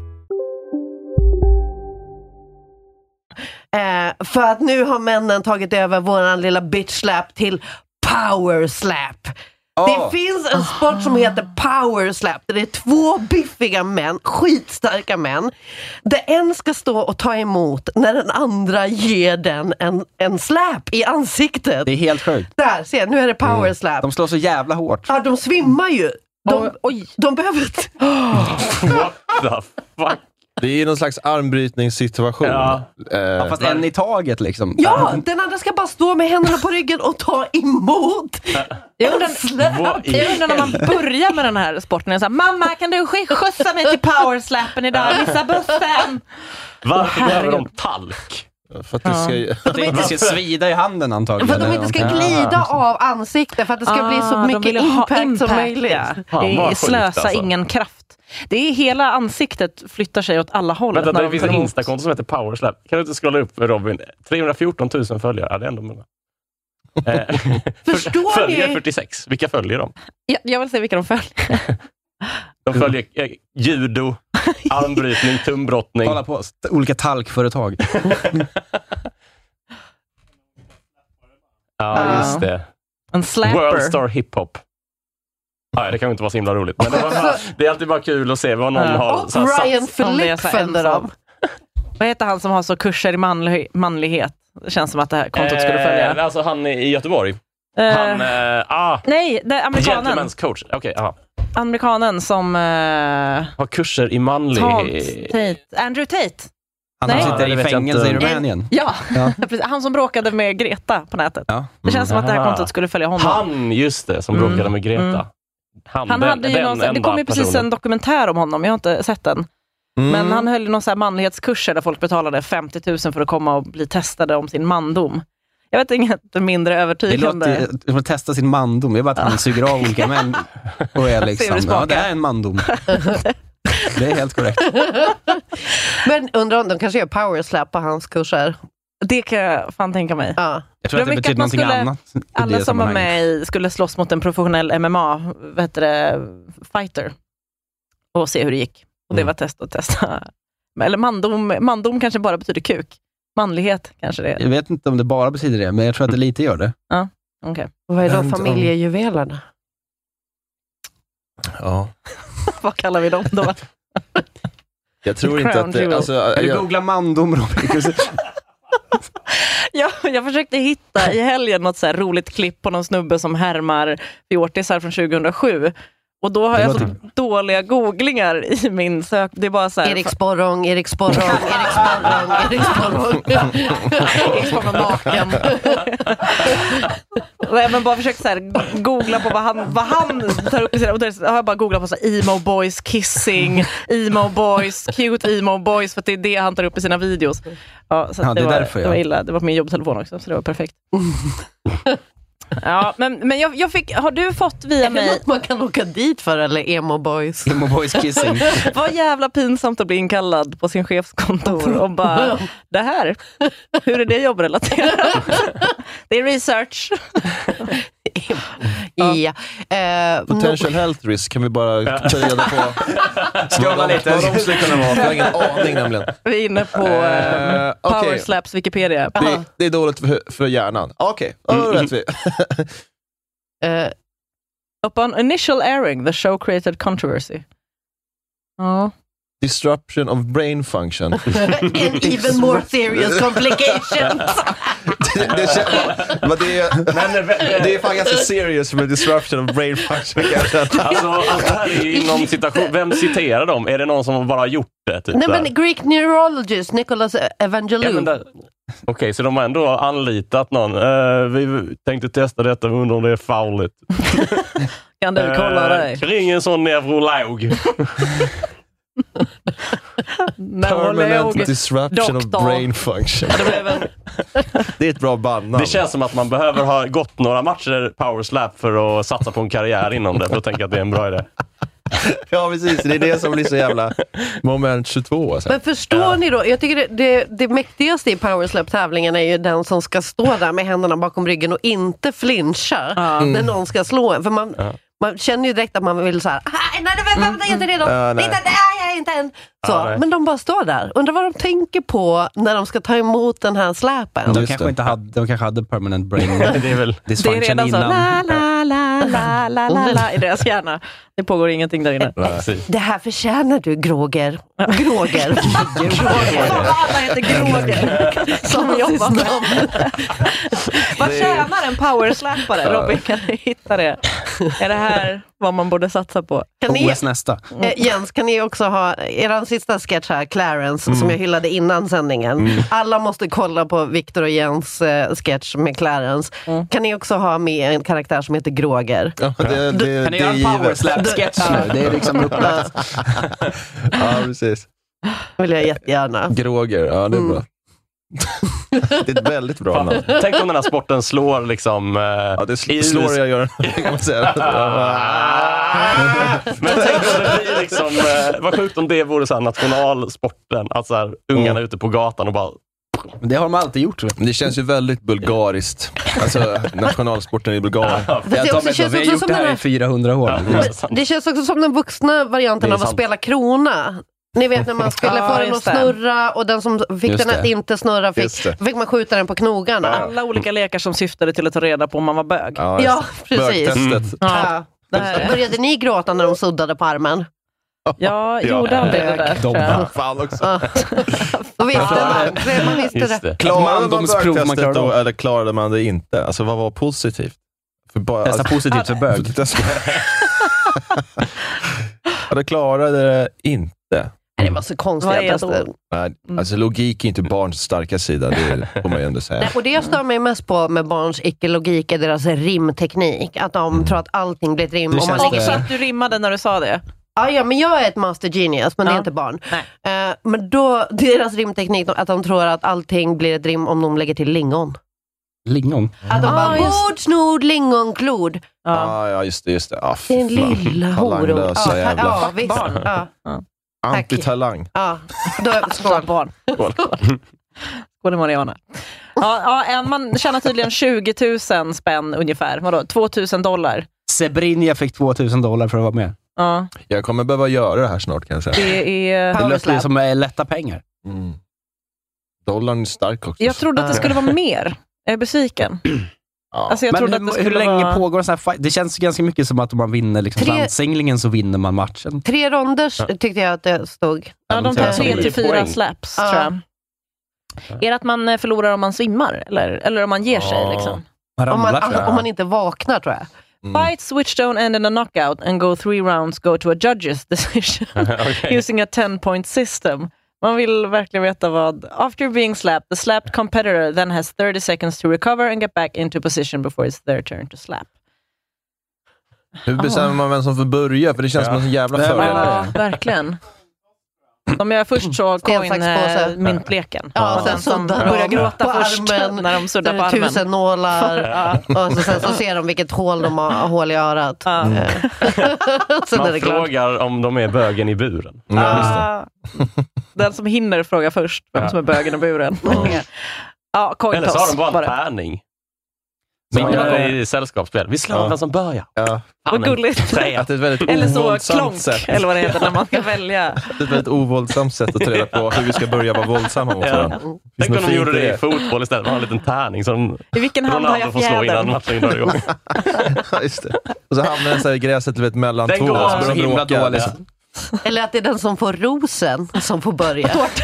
För att nu har männen tagit över våran lilla bitch slap till power slap. Det finns en sport som heter power slap. Det är 2 biffiga män, skitstarka män. Där en ska stå och ta emot när den andra ger den en slap i ansiktet. Det är helt sjukt. Där, se, nu är det power slap. De slår så jävla hårt. Ja, de svimmar ju. De behöver... What the fuck? Det är någon slags armbrytningssituation. Fast en i taget liksom. Ja, den andra ska bara stå med händerna på ryggen och ta emot. Jag undrar när man börjar med den här sporten. Så här, mamma, kan du skjutsa mig till powerslappen idag? Missa bussen. Varför behöver de talk? För att det inte ska svida i handen antagligen. För att de inte ska glida av ansiktet. För att det ska bli så mycket impact som möjligt. Slösa ingen kraft. Det är hela ansiktet flyttar sig åt alla håll. Vänta, det finns en Instakonto som heter Powerslap. Kan du inte scrolla upp, Robin? 314 000 följare. Ja, det är ändå många. Förstår ni? Följer 46. Vilka följer de? Jag vill se vilka de följer. De följer judo, armbrytning, tumbrottning. Kolla på olika talkföretag. Ja, just det. En slapper. World Star Hiphop. Ja, det kan inte vara så himla roligt. Men det är alltid bara kul att se vad någon har. Och Ryan Philippe följde dem. Vad heter han som har så kurser i manlighet? Det känns som att det här kontot skulle följa. Alltså han i Göteborg. Nej, det är amerikanen. Gentleman's coach. Okay, amerikanen som har kurser i manlighet. Andrew Tate. Han som sitter i fängelse i Rumänien. Ja. Han som bråkade med Greta på nätet. Ja. Det känns som att det här kontot skulle följa honom. Han, just det, som bråkade med Greta. Han hade ju det kom ju precis en dokumentär om honom. Jag har inte sett den. Men han höll någon så här manlighetskurser där folk betalade 50 000 för att komma och bli testade om sin mandom. Jag vet inget mindre övertygande. Det låter, att testa sin mandom. Det är bara att han suger av olika män och är liksom, det är en mandom. Det är helt korrekt. Men undrar om de kanske gör powerslap på hans kurser. Det kan jag fan tänka mig. Ja. Jag tror att det betyder någonting annat. Alla som var med skulle slåss mot en professionell MMA fighter och se hur det gick. Och det var testa. Eller mandom kanske bara betyder kuk. Manlighet kanske det är. Jag vet inte om det bara betyder det, men jag tror att det lite gör det. Ja, okej. Vad är då familjejuvelerna? Ja. Vad kallar vi dem då? Jag tror inte att det... Alltså, du googlar mandom, Robin. Jag försökte hitta i helgen något så här roligt klipp på någon snubbe som härmar fjortisar från 2007. Och då har jag så dåliga googlingar i min sök. Det är bara så här... Erik Sporrong naken. Men bara försökt så här googla på vad han tar upp i sina... Och då har jag bara googlat på så här, emo boys kissing, emo boys, cute emo boys, för att det är det han tar upp i sina videos. Ja, så det var illa. Det var på min jobbtelefon också, så det var perfekt. Ja, men jag fick, har du fått via mig... Något man kan åka dit för, eller emo boys? Emo boys kissing. Vad jävla pinsamt att bli inkallad på sin chefskontor och bara, det här, hur är det jobbrelaterat? Det är research. Ja. Potential health risk kan vi bara ta reda på. Skala lite. Vad de skulle kunna vara. Jag har ingen aning nämligen. Vi är inne på Powerslaps Wikipedia. Det är dåligt för hjärnan. Okej, då vet vi. Upon initial airing, the show created controversy. Ja. Disruption of brain function. And even more serious complications. Det är fan ganska serious med disruption of brain function. Alltså det här är ju inom citation. Vem citerar dem? Är det någon som bara har gjort det? Typ, nej, men Greek neurologist Nicholas Evangelou. Okej, så de har ändå anlitat någon. Vi tänkte testa detta, undrar om det är farligt. Kan du kolla dig? Ring en sån neurolog. Permanent disruption of brain function. Det är ett bra band. Det känns som att man behöver ha gått några matcher powerslap för att satsa på en karriär inom det. För att tänka att det är en bra idé. Ja, precis. Det är det som blir så jävla moment 22. Alltså. Men förstår ni då? Jag tycker det mäktigaste i powerslap-tävlingen är ju den som ska stå där med händerna bakom ryggen och inte flincha när någon ska slå en. För man känner ju direkt att man vill så här, nej, inte redan. Inte än. Så, men de bara står där. Undrar vad de tänker på när de ska ta emot den här släpen. De kanske hade permanent brain. Det är väl dysfunction innan. Det är redan så la i deras hjärna. Det pågår ingenting där inne. Det här förtjänar du, Groger. Groger. Alla heter Groger. Som jobbar med. Vad tjänar en powerslappare? Robin, kan du hitta det? Är det här vad man borde satsa på? OS nästa. Jens, kan ni också ha er sista sketch här, Clarence, som jag hyllade innan sändningen. Alla måste kolla på Victor och Jens sketch med Clarence. Kan ni också ha med en karaktär som heter Groger? Ja, kan ni göra en powerslap-sketch nu? Det är liksom upplagt. Ja, precis. Vill jag jättegärna. Groger, ja det är bra. Det är ett väldigt bra namn. Tänk om den här sporten slår liksom... Ja, det slår jag gör. Kan man säga. Men tänk om det blir liksom... vad sjukt om det vore så här nationalsporten. Att så här, ungarna ute på gatan och bara... Det har de alltid gjort. Det känns ju väldigt bulgariskt. Alltså nationalsporten i Bulgarien. Vi har gjort det här i 400 år. Det känns också som den vuxna varianten av att spela krona. Ni vet när man skulle få den att snurra och den som fick den att inte snurra fick man skjuta den på knogarna. Alla olika lekar som syftade till att ta reda på om man var bög. Ja, precis. Ja. Började ni gråta när de suddade på armen? Ja, gjorde aldrig det där. Fan också. Då visste man visste det. Klarade man bögtestet då, eller klarade man det inte? Alltså vad var positivt? Testa positivt för bög. Ja, det klarade det inte. Det var så konstigt. Nej, alltså logik är inte barns starka sida, det får man ju ändå säga. Nej, och det jag stör mig mest på med barns icke-logik är deras rimteknik. Att de tror att allting blir ett rim. Och man också att du rimmade när du sa det. Ja, men jag är ett master genius, men det är inte barn. Men då, deras rimteknik, att de tror att allting blir ett rim om de lägger till lingon. Lingon? Att de bara, bord, snod, lingon, klod. Ja, just det. Det är en lilla horo. Jävla barn. Antitalang. Ja, då skål barn. Skål Mariana. Man tjänar tydligen 20 000 spänn ungefär. Vadå? $2,000. Sebrinja fick $2,000 för att vara med. Ja. Jag kommer behöva göra det här snart kan jag säga. Det låter ju som lätta pengar. Dollarn är stark också. Jag trodde att det skulle vara mer. Jag är besviken. Alltså jag trodde att det skulle hur länge pågår en sån här fight? Det känns ganska mycket som att om man vinner liksom landsinglingen så vinner man matchen. 3 ronder tyckte jag att det stod. Ja, de tar 3-4 slaps tror jag. Är det att man förlorar om man svimmar? Eller om man ger sig liksom? Om man inte vaknar tror jag. Fights which don't end in a knockout and go 3 rounds go to a judge's decision using a 10-point system. Man vill verkligen veta vad. After being slapped, the slapped competitor then has 30 seconds to recover and get back into position before it's their turn to slap. Hur bestämmer man vem som får börja? För det känns som en jävla fördel. Ja, verkligen. De gör först så myntleken. Ja, sen som börjar gråta först när de suddar på armen. 1000 nålar. Och sen så ser de vilket hål de har hål i örat. Man frågar om de är bögen i buren. Den som hinner fråga först vem som är bögen i buren. Eller så har de bara en tärning. Som i sällskapsspel. Vi slår den som börjar. Vad gulligt. Att det är ett väldigt eller så ovåldsamt sätt. Eller vad det heter när man ska välja. Det är ett väldigt ovåldsamt sätt att ta reda på hur vi ska börja vara våldsamma mot varandra. Tänk om de gjorde det i fotboll istället. Man har en liten tärning som i vilken hand har jag fjädern? Just det. Och så hamnar den så här i gräset mellan den två. Den går så himla dåligt. Eller att det är den som får rosen som får börja.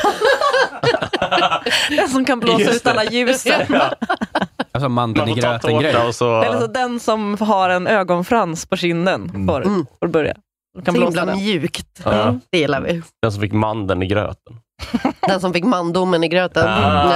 Den som kan blåsa ut alla ljusen. Alltså mandeln i gröten grej. Eller så den som har en ögonfrans på kinden får börja. Kan blåsa mjukt. Det gillar vi. Den som fick mandeln i gröten. Den som fick mandomen i gröten.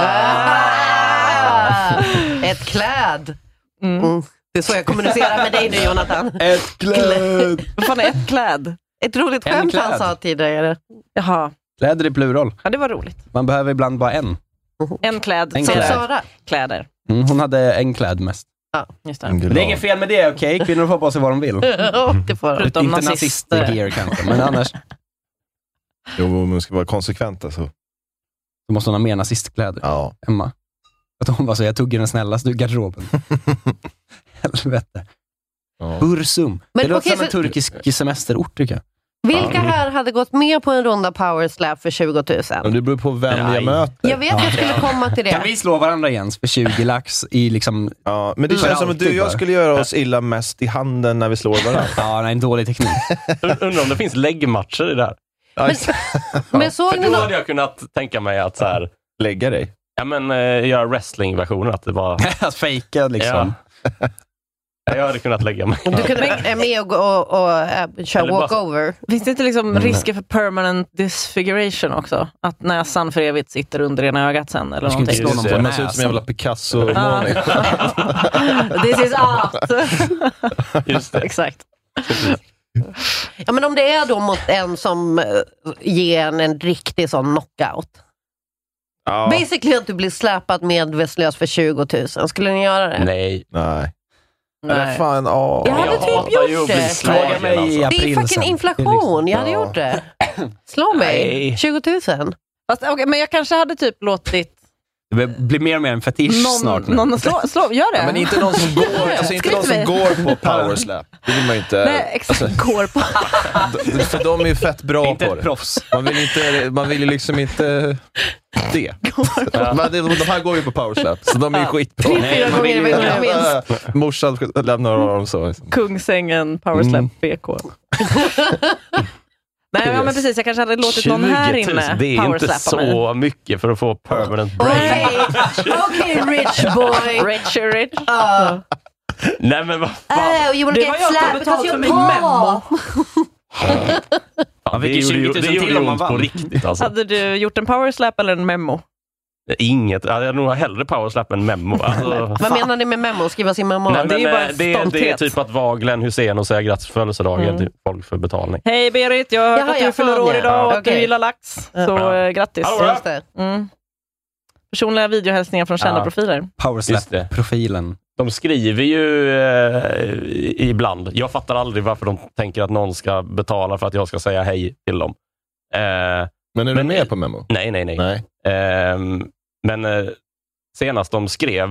Ett kläd. Det är så jag kommunicerar med dig nu, Jonathan. Ett kläd. Vad fan är ett kläd? Ett roligt skämt han sa tidigare. Jaha. Kläder i plural. Ja, det var roligt. Man behöver ibland bara en. En kläd. En kläd. Sara. Kläder. Hon hade en kläd mest. Ja, just det. Det är inget fel med det, okej? Kvinnor får på sig vad de vill. Det får förutom inte nazister kanske, men annars. Jo, man ska vara konsekvent alltså. Du måste ha mer nazistkläder. Ja. Emma. Att hon var så, jag tog den snällaste ur garderoben. Helvete. Bursum. Men, det låter som en turkisk semesterort tycker jag. Vilka här hade gått med på en runda power slap för 20 000? Men det beror på vem jag möter. Jag vet att jag skulle komma till det. Kan vi slå varandra igen för 20 lax i liksom... Ja, men det känns som att du och jag skulle göra oss illa mest i handen när vi slår varandra. Ja, det är en dålig teknik. Undrar om det finns läggmatcher i det här. Men såg ni då hade jag kunnat tänka mig att så här... Lägga dig? Ja, men göra wrestling-versioner. Att det var... att fejka liksom. Ja. Jag hade kunnat lägga mig. Du kunde är med och köra walkover. Finns det inte liksom risker för permanent disfiguration också? Att näsan för evigt sitter under ena ögat sen eller någonting. Man ser ut som en jävla Picasso. This is art. Just det. Exakt. Ja, men om det är då mot en som ger en riktig sån knockout. Ja. Basically att du blir släpad medvetslös för 20 000. Skulle ni göra det? Nej. Eller fan, Jag hade typ gjort det. Slå mig i april. Det är fucking inflation. Jag hade gjort det. Slå mig. 20 000. Fast, okay, men jag kanske hade typ låtit det blir mer och mer en fetisch snart. Någon gör det. Ja, men inte någon som går, alltså inte någon som går på powerslap. Det vill man ju inte. Nej, exakt. Alltså, går på. För de är ju fett bra inte på ett det. Proffs. Man vill ju liksom inte det. Men de här går ju på powerslap, så de är ju skitbra. 3-4 gånger i veckan minst. Morsan lämnar dem så. Kungsängen powerslap BK. Nej, ja, men precis. Jag kanske hade låtit någon här inne. Det är inte så mycket för att få permanent break. Okej, rich boy. Rich. Nej, men vad fan. You wanna det get var jag som slapped betalt because för you're min memo. Ja, det gjorde ju ont på riktigt. Alltså. Hade du gjort en powerslap eller en memo? Inget. Jag hade nog hellre powerslap än memo. Alltså, vad menar ni med memo? Skriva sin memo? Nej, det är ju bara det är typ att vara Glenn Hussein och säga grattis födelsedagen till folk för betalning. Hej Berit, jag har hört att du fyller år idag och att du gillar lax. Så grattis. Just det. Personliga videohälsningar från kända profiler. Powerslap-profilen. De skriver ju ibland. Jag fattar aldrig varför de tänker att någon ska betala för att jag ska säga hej till dem. Men är du med på memo? Nej. Men senast de skrev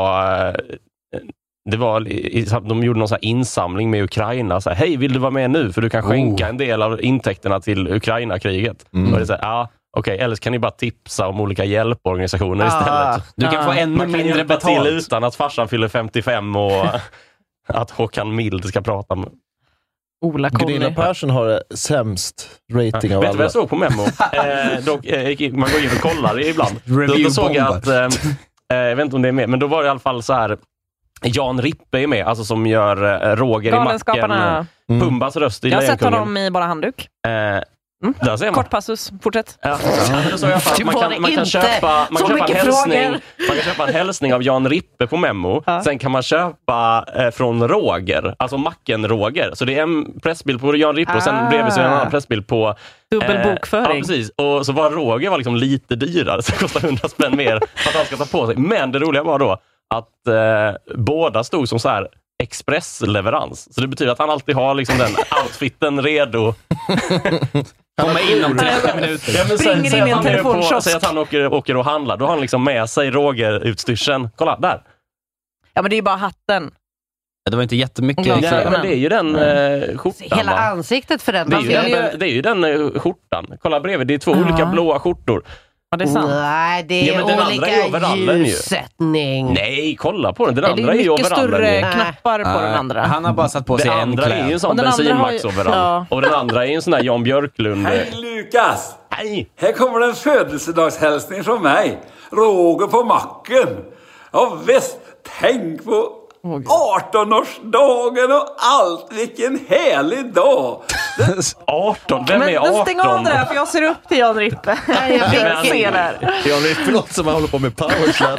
de gjorde någon så här insamling med Ukraina. Så här, hej, vill du vara med nu? För du kan skänka en del av intäkterna till Ukraina-kriget. Och det är så här, okej, eller så kan ni bara tipsa om olika hjälporganisationer istället. Du kan få ännu mindre betalt. Till utan att farsan fyller 55 och att Håkan Mild ska prata med Gunilla Persson har sämst rating av alla. Vet du vad jag såg på memo? Man går in och kollar ibland. Då såg jag att jag vet inte om det är med, men då var det i alla fall så här Jan Rippe är med, alltså som gör Roger i Macken. Pumbas röst i jag har sett Lejonkungen. honom i bara handduk. Där ser man. Kort passus, fortsätt. Ja. Så i alla fall, man kan köpa en hälsning av Jan Rippe på memo. Sen kan man köpa från Roger, alltså Macken-Roger. Så det är en pressbild på Jan Rippe och sen bredvid så är en annan pressbild på dubbelbokföring. Ja, precis. Och så var Roger liksom lite dyrare, så det kostar 100 spänn mer för att han ska ta på sig. Men det roliga var då att båda stod som så här expressleverans. Så det betyder att han alltid har liksom den outfiten redo. Kommer in om 30 minuter. Springer in i en telefonkiosk. Säg att han åker och handlar. Då har han liksom med sig Roger-utstyrseln. Kolla, där. Ja, men det är ju bara hatten. Det var inte jättemycket. Nej, men det är ju den skjortan. Hela ansiktet för den. Det är ju den skjortan. Kolla bredvid, det är 2 olika blåa skjortor. Ja, det är sant. Nej, det är olika ljussättning. Nej, kolla på den. Den andra är ju mycket större knappar på den andra. Han har bara satt på sig en kläd. Den andra är ju en sån bensinmax-overall. Och den andra är en sån där Jan Björklund. Hej Lukas! Hej! Här kommer en födelsedagshälsning från mig. Roger på Macken. Ja visst, tänk på 18-årsdagen och allt. Vilken härlig dag. 18? Vem är 18? Men stäng av det där, för jag ser upp till Jan Rippe. Jag fick se där. Jan Rippe låter som han håller på med powerslap.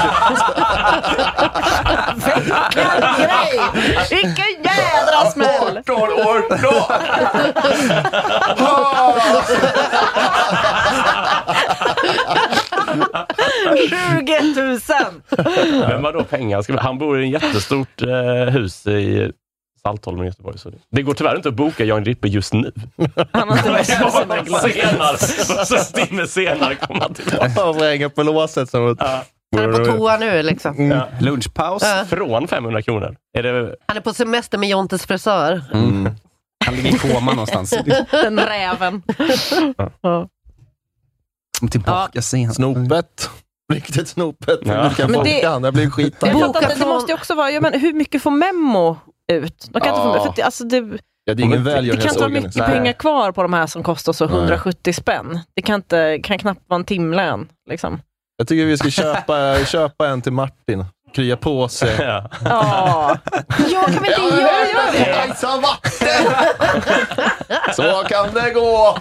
Vilken jädra smäll! 18 år då! 20 000! Men vadå pengar? Han bor i en jättestort hus i Saltholm i Göteborg. Så det går tyvärr inte att boka Jan Rippe just nu. Han har inte varit så timme senare kommer han tillbaka. Han ringer på låset. Han är på toa nu liksom. Lunchpaus. Från 500 kronor. Han är på semester med Jontes frisör. Han ligger i koma någonstans. Den räven. Tillbaka sen. Snopet. Riktigt snopet. Ja. Men det blir skit. Det måste ju också vara, men hur mycket får memo ut? De kan inte få, för alltså det är ingen det kan inte vara mycket pengar kvar på de här som kostar så 170 spänn. Det kan knappt vara en timlön liksom. Jag tycker vi ska köpa en till Martin. Krya på sig. Ja, kan vi inte göra det? Så kan det gå.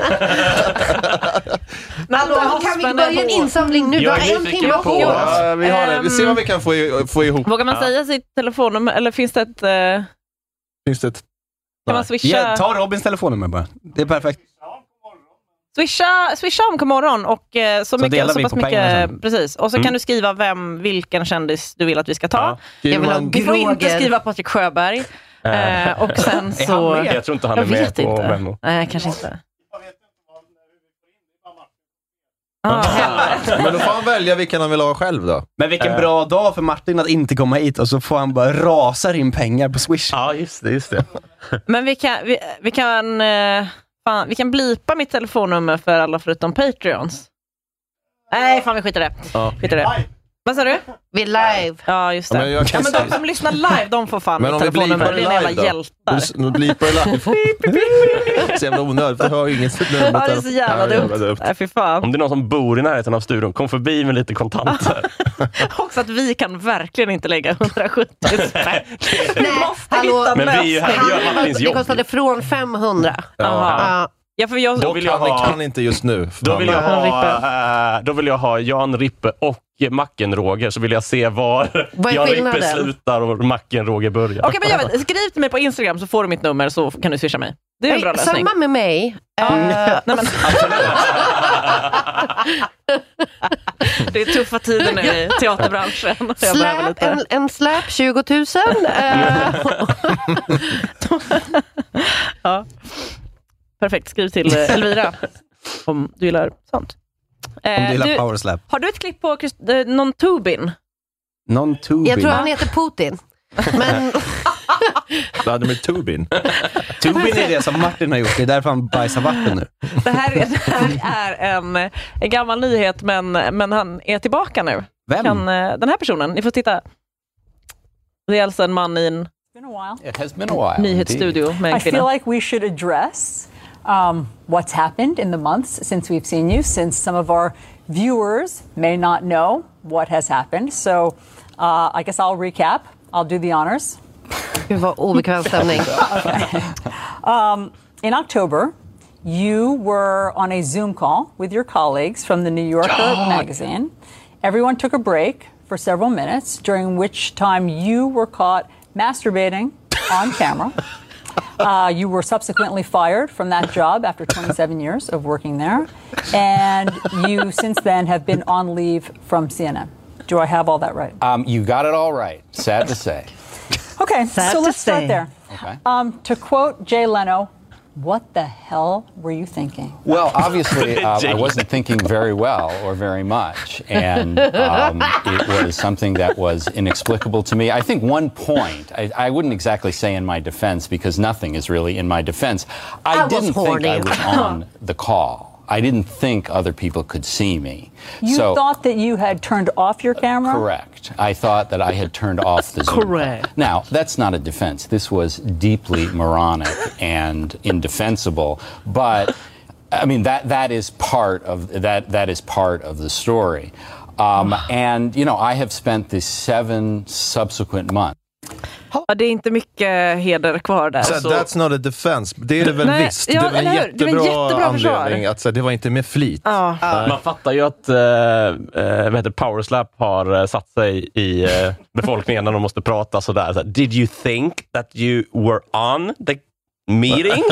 Hallå, kan vi börja en insamling nu? Vi har en timme på oss. Ja, vi har det. Vi ser vad vi kan få ihop. Vågar man säga sitt telefonnummer? Eller finns det ett... Finns det ett... Kan man swisha? Ja, ta Robins telefonnummer bara. Det är perfekt. Swisha om morgon och så mycket, så pass mycket, precis. Och så kan du skriva vilken kändis du vill att vi ska ta. Vi får inte skriva Patrik Sjöberg. Och sen så... Jag tror inte han är med på Venmo. Nej, kanske inte. Men då får han välja vilken han vill ha själv då. Men vilken bra dag för Martin att inte komma hit och så får han bara rasa in pengar på Swish. Ja, just det. Men vi kan blipa mitt telefonnummer för alla förutom Patreons. Nej, fan vi skiter det. Vad sa du? Vi live. Ja, just det. Men de som lyssnar live, de får fan mitt telefonnummer. Det är en jävla hjältar. Nu blipar det live. Så jävla onödigt, jag hör inget nummer. Ja, det är så jävla dumt. Nej, fy fan. Om det är någon som bor i närheten av studion, kom förbi med lite kontanter. Också att vi kan verkligen inte lägga 170 spänn. Nej, hallå. Men vi gör Martins jobb. Det kostade från 500. Ja, för då vill jag kan inte just nu. Då vill jag ha Jan Rippe och Macken Roger, så vill jag se var Jan Rippe slutar och Macken Roger börjar. Okej, men skriv till mig på Instagram så får du mitt nummer så kan du swisha mig. Det är en bra lösning. Samma med mig. Det är tuffa tider nu i teaterbranschen. En släp 20 000. Ja. Perfekt, skriv till Elvira om du gillar sånt. Om du gillar powerslap. Har du ett klipp på någon Tubin? Någon Tubin? Jag tror han heter Putin. Men... Vladimir Tubin. Tubin är det som Martin har gjort. Det är därför han bajsar vatten nu. Det här är en gammal nyhet, men han är tillbaka nu. Vem? Den här personen, ni får titta. Det är alltså en man i en nyhetsstudio med en kvinna. I feel like we should address what's happened in the months since we've seen you, since some of our viewers may not know what has happened. So I guess I'll recap. I'll do the honors. Det var obekväm stämning. In October, you were on a Zoom call with your colleagues from the New Yorker magazine. Everyone took a break for several minutes, during which time you were caught masturbating on camera. You were subsequently fired from that job after 27 years of working there. And you since then have been on leave from CNN. Do I have all that right? You got it all right. Sad to say. Okay, so let's start there. Okay. To quote Jay Leno, what the hell were you thinking? Well, obviously, I wasn't thinking very well or very much. And it was something that was inexplicable to me. I think one point, I wouldn't exactly say in my defense, because nothing is really in my defense. I didn't think I was on the call. I didn't think other people could see me. You thought that you had turned off your camera? Correct. I thought that I had turned off the Zoom. Correct. Now, that's not a defense. This was deeply moronic and indefensible. But I mean, that is part of that is part of the story. And you know, I have spent the 7 subsequent months. Ja, det är inte mycket heder kvar där. Så that's not a defense. Det är det väl visst. Det var en jättebra anledning att det var inte med flit. Ja. Man fattar ju att powerslap har satt sig i befolkningen när de måste prata sådär. Så, did you think that you were on the meeting?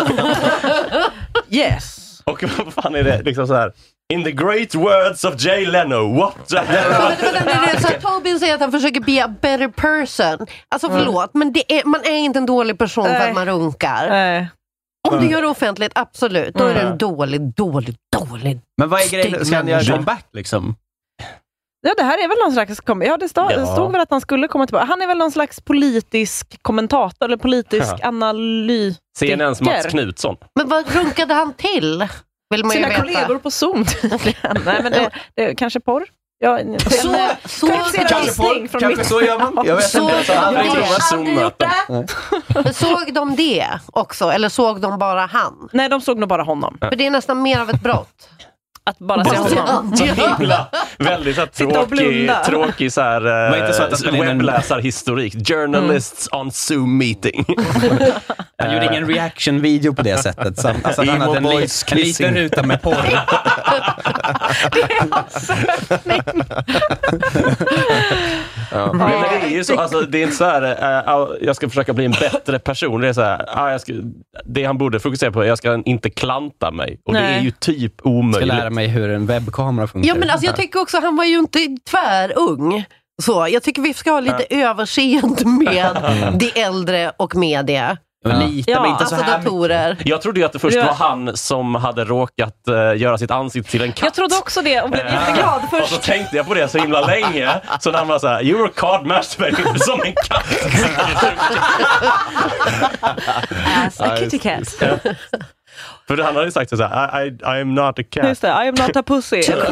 Yes. Och vad fan är det? Liksom så här. In the great words of Jay Leno, what the hell? Så Tobin säger att han försöker be a better person. Alltså förlåt, men man är inte en dålig person för att man runkar. Om du gör det offentligt, absolut. Då är det en dålig. Men vad är grejen? Ska han göra comeback liksom? Ja, det här är väl någon slags... Det stod väl att han skulle komma tillbaka. Han är väl någon slags politisk kommentator eller politisk analytiker. CNNs Mats Knutsson. Men vad runkade han till? Vill man sina ju veta. Kollegor på Zoom. Nej, men det kanske porr. Ja, kanske så gör man. Jag vet inte. Såg de det också? Eller såg de bara han? Nej, de såg nog bara honom. För det är nästan mer av ett brott. Att bara se honom. Väldigt så tråkig så här webbläsarhistorik. Journalists on Zoom meeting. Han gjorde ingen reaction-video på det sättet. Alltså han hade en liten ruta med porr. Det är Ja. Men det är ju så, alltså, det är inte så här, jag ska försöka bli en bättre person. Det är så här, det han borde fokusera på, jag ska inte klanta mig. Och det är ju typ omöjligt. Jag ska lära mig hur en webbkamera funkar. Ja, men alltså, jag tycker också, han var ju inte tvärung. Så, jag tycker vi ska ha lite överseende med det äldre och media. Lite, men inte så här datorer. Jag trodde ju att det först var han som hade råkat göra sitt ansikte till en katt. Jag trodde också det och blev jätteglad först. Och så tänkte jag på det så himla länge. Så när han var så här, you were caught masturbating som en katt. As a kitty cat. För han hade ju sagt så här, I am not a cat. Just det, I am not a pussy. To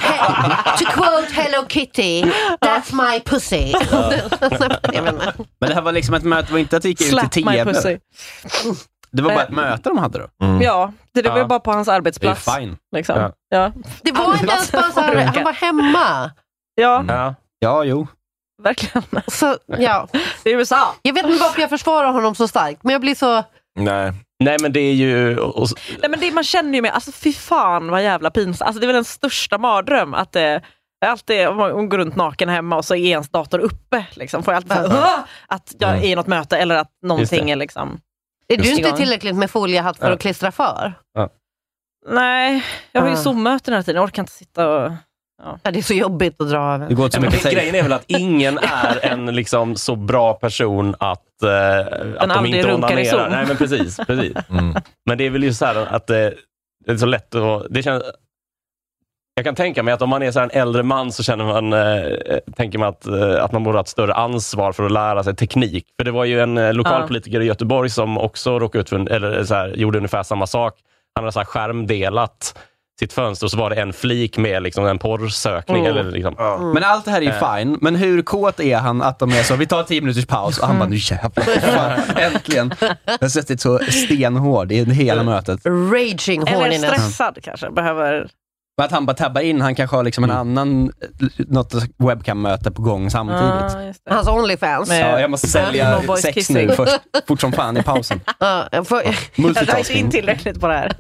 quote Hello Kitty, that's my pussy. Men det här var liksom ett möte, var inte att det gick ut i TV. Det var bara ett möte de hade då. Ja, det var bara på hans arbetsplats. Det är fine. Liksom. Ja. Det var inte ens bara så här, han var hemma. Ja, jo. Verkligen. Så, ja. Det är USA. Jag vet inte varför jag försvarar honom så starkt, men jag blir så... Nej, men det är ju... Nej, men det, man känner ju med, alltså fy fan vad jävla pinsamt. Alltså det är väl den största mardröm att alltid, om man går runt naken hemma och så är ens dator uppe. Liksom, får jag alltid att jag är i något möte eller att någonting är liksom... Är du inte tillräckligt med foliehatt för att klistra för? Ja. Nej, jag har ju Zoom-möten hela tiden. Jag orkar inte sitta och... Ja, det är så jobbigt att dra över. Det går så mycket grejen är väl att ingen är en liksom så bra person att de inte onanerar. Nej, men precis. Men det är väl ju så här att det är så lätt att... Det känns, jag kan tänka mig att om man är så här en äldre man så känner man, tänker man att man borde ha ett större ansvar för att lära sig teknik. För det var ju en lokalpolitiker i Göteborg som också råkade ut för eller så här, gjorde ungefär samma sak. Han hade så här skärmdelat sitt fönster och så var det en flik med liksom en porrsökning. Eller liksom. Men allt det här är ju fine. Men hur kåt är han att de är så, vi tar 10 minuters paus och han bara, nu jävlar. Äntligen. Jag har sett det så stenhård i hela mötet. Raging horniness. Eller stressad kanske, behöver... Att han bara tabbar in, han kanske har liksom en annan något webcam-möte på gång samtidigt. Hans OnlyFans. Ja, jag måste sälja sex nu först, fort som fan i pausen. Jag drar inte in tillräckligt på det här.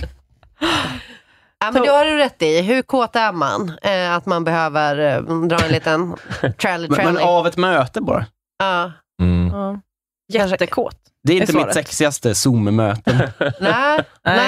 Ja, men det har du rätt i. Hur kåt är man? Att man behöver dra en liten men av ett möte bara. Ja. Jättekåt. Det är inte mitt sexigaste Zoom-möte. Nej.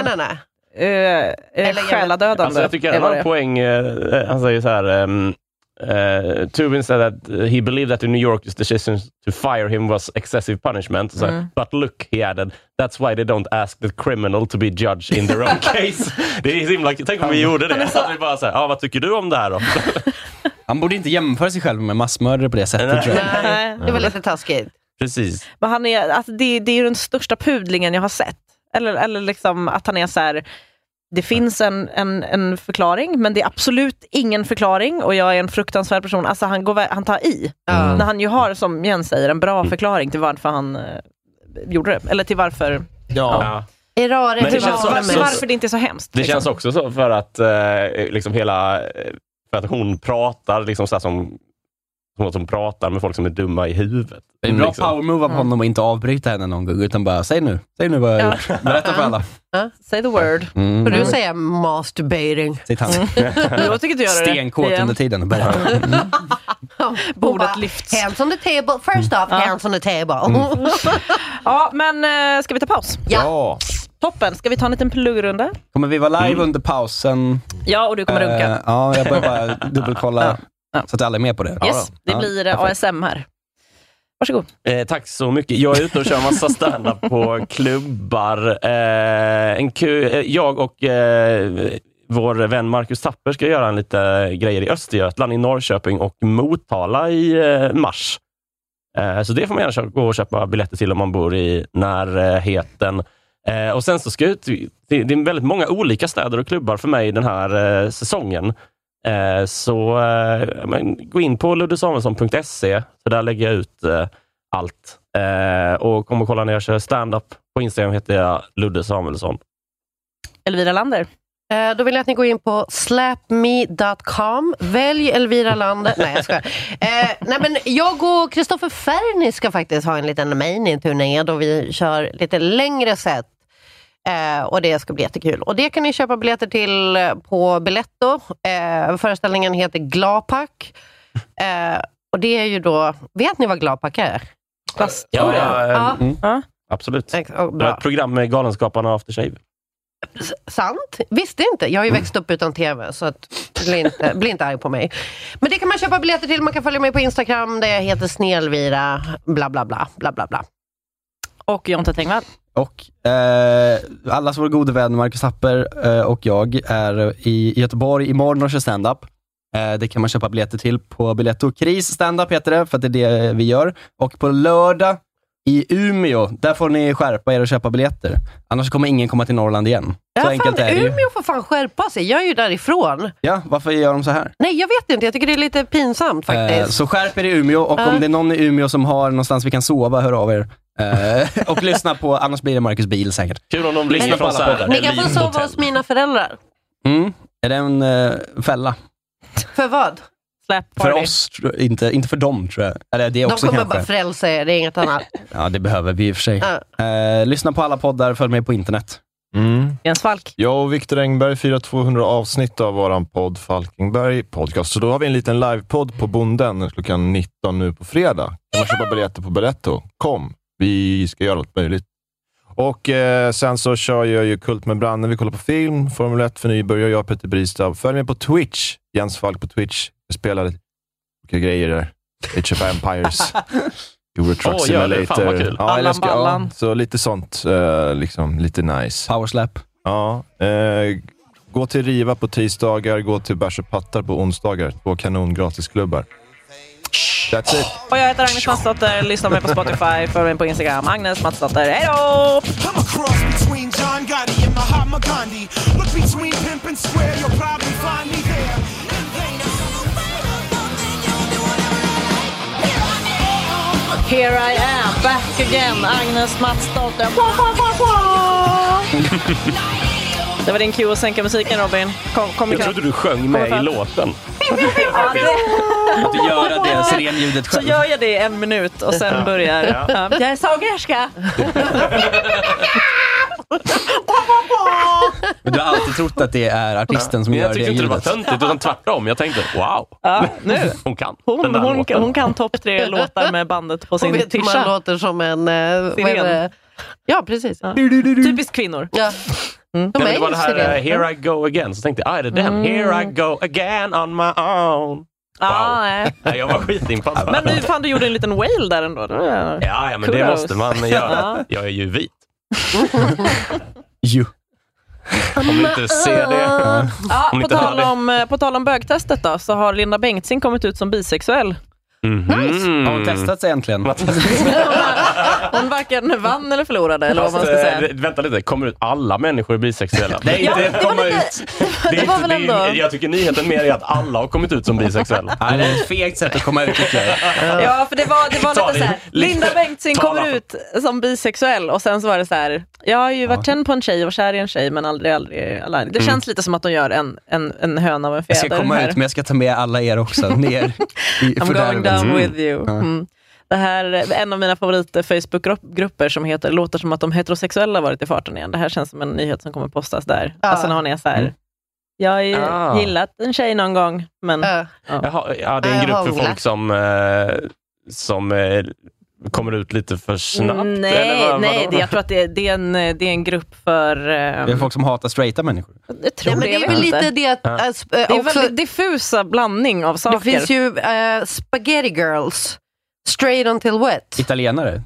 Själadödande. Alltså, jag tycker han har en poäng. Han säger så här... Tubin said that he believed that the New York's decision to fire him was excessive punishment. So, but look, he added, that's why they don't ask the criminal to be judged in their own case. Det är himla, tänk om vi gjorde det. Så vi bara så här, vad tycker du om det här då? Han borde inte jämföra sig själv med massmördare på det sättet. Nej, det var lite taskigt. Precis. Men han är, alltså, det är ju den största pudlingen jag har sett. Eller liksom att han är så här... Det finns en förklaring, men det är absolut ingen förklaring och jag är en fruktansvärd person. Alltså han tar i. När han ju har, som Jens säger, en bra förklaring till varför han gjorde det. Eller till varför... Men det känns varför det inte är så hemskt. Det känns också så för att liksom hela... För att hon pratar liksom så här som pratar med folk som är dumma i huvudet. Det är en bra power move av honom att inte avbryta henne någon gång, utan bara, säg nu vad jag har gjort. Berätta för alla. Say the word. Får du säga masturbating? Sitt han. Jag tycker inte göra det. Stenkåt under tiden. Bordet lyfts. Hands on the table. First off, hands on the table. Ja, men ska vi ta paus? Ja. Toppen. Ska vi ta en liten pluggrunda? Kommer vi vara live under pausen? Ja, och du kommer runka. Ja, jag börjar bara dubbelkolla så att alla är med på det. Yes, det blir ASM här. Varsågod. Tack så mycket. Jag är ute och kör massa stand-up på klubbar. Jag och vår vän Marcus Tapper ska göra en lite grejer i Östergötland, i Norrköping och Motala i mars. Så det får man gärna gå och köpa biljetter till om man bor i närheten. Och sen så ska jag ut, det är väldigt många olika städer och klubbar för mig den här säsongen. Så gå in på luddesamuelsson.se, för där lägger jag ut allt. Och kom och kolla när jag kör stand-up. På Instagram heter jag Ludde Samuelsson. Elvira Lander. Då vill jag att ni går in på slapme.com. Välj Elvira Lander. Nej, jag skojar. Nej, men jag och Kristoffer Ferni ska faktiskt ha en liten mini-turné då vi kör lite längre set. Och det ska bli jättekul. Och det kan ni köpa biljetter till på Biletto. Föreställningen heter Glapack. Och det är ju då, vet ni vad Gladpacka är? Absolut. Det var ett program med Galenskaparna After Shave. Sant? Visste inte. Jag har ju växt upp utan tv, så att bli inte arg på mig. Men det kan man köpa biljetter till. Man kan följa mig på Instagram där jag heter Snelvira bla bla bla bla bla bla. Och Jonte Tengvall. Och allas vår gode vän Marcus Tapper och jag är i Göteborg imorgon och kör stand-up. Det kan man köpa biljetter till på Biletto. Kris stand-up heter det, för att det är det vi gör. Och på lördag i Umeå, där får ni skärpa er och köpa biljetter. Annars kommer ingen komma till Norrland igen. Så enkelt är det ju. Umeå får fan skärpa sig. Jag är ju därifrån. Ja, varför gör de så här? Nej, jag vet inte. Jag tycker det är lite pinsamt faktiskt. Så skärp er i Umeå. Och om det är någon i Umeå som har någonstans vi kan sova, hör av er. Och lyssna på, annars blir det Marcus bil säkert. Kul om de lyssnar från Söder. Ni kan få sova hos mina föräldrar. Är det en fälla? För vad? För oss, inte för dem tror jag. Eller det är också de kommer kanske bara frälsa er, det är inget annat. Ja, det behöver vi i och för sig. Lyssna på alla poddar, följ med på internet. Jens Falk. Jag och Viktor Engberg firar 200 avsnitt av våran podd Falkenberg podcast. Så då har vi en liten livepodd på Bonden klockan 19 nu på fredag. Kan man köpa biljetter på Biletto? Kom, vi ska göra allt möjligt. Och sen så kör jag ju Kult med Branne. Vi kollar på film, Formel 1 för nybörjare. Jag Peter Bristav. Följ med på Twitch. Jens Falk på Twitch. Jag spelar olika grejer där. Age of Empires. Euro Truck Simulator. Fan vad kul. Ja, så lite sånt. Liksom, lite nice. Powerslap. Ja. Gå till Riva på tisdagar. Gå till Bärs och Pattar på onsdagar. 2 kanon gratisklubbar. That's it. Och jag heter Agnes Matsdotter. Lyssna mig på Spotify. Följ mig på Instagram. Agnes Matsdotter. Hej då! Here I am, back again, Agnes Matsdotter. Det var din cue att sänka musiken, Robin. Kom jag trodde du sjöng med i låten. Att du gör det sirenljudet själv. Så gör jag det i 1 minut och sen börjar jag är sångerska. Men du har alltid trott att det är artisten som gör det ljudet. Jag tyckte inte det var töntigt, utan tvärtom. Jag tänkte, wow. Ja, nu. Hon kan. Hon kan topp 3 låtar med bandet på sin tisha. Man låter som en... Ja, precis. Ja. Typiskt kvinnor. Ja. Nej, men det var det här Here I Go Again. Så tänkte jag, är det den? Here I go again on my own. Wow. Nej, jag var skitimpad. Men nu fan, du gjorde en liten whale där ändå. Ja, men det måste man göra. Jag är ju vit. Om ni inte ser det. På tal om bögtestet då, så har Linda Bengtzing kommit ut som bisexuell. Nice. Har hon testat sig äntligen? Hon varken vann eller förlorade, eller vad man ska säga. Vänta lite, kommer ut alla människor är bisexuella? Nej, inte komma ut. Jag tycker nyheten mer är att alla har kommit ut som bisexuella. Nej, det är ett fegt sätt att komma ut, tycker jag. Ja, för det var lite så här. Linda Bengtzing kommer ut som bisexuell, och sen så var det så här: jag har ju varit känd på en tjej och kär i en tjej, men aldrig. Det känns lite som att de gör en höna av en fjäder. Jag ska komma här. ut, men jag ska ta med alla er också ner i I'm going down with you. Det här är en av mina favoriter Facebookgrupper som heter låter som att de heterosexuella varit i farten igen. Det här känns som en nyhet som kommer postas där. Alltså när hon är så här: jag har gillat en tjej någon gång, men... Jaha, det är en grupp för folk som kommer ut lite för snabbt. Nej, jag tror att det är en grupp för... Det är folk som hatar straighta människor. Jag tror det är väl lite det att... det är också, väldigt diffusa blandning av saker. Det finns ju spaghetti girls. Straight until wet. Italienare.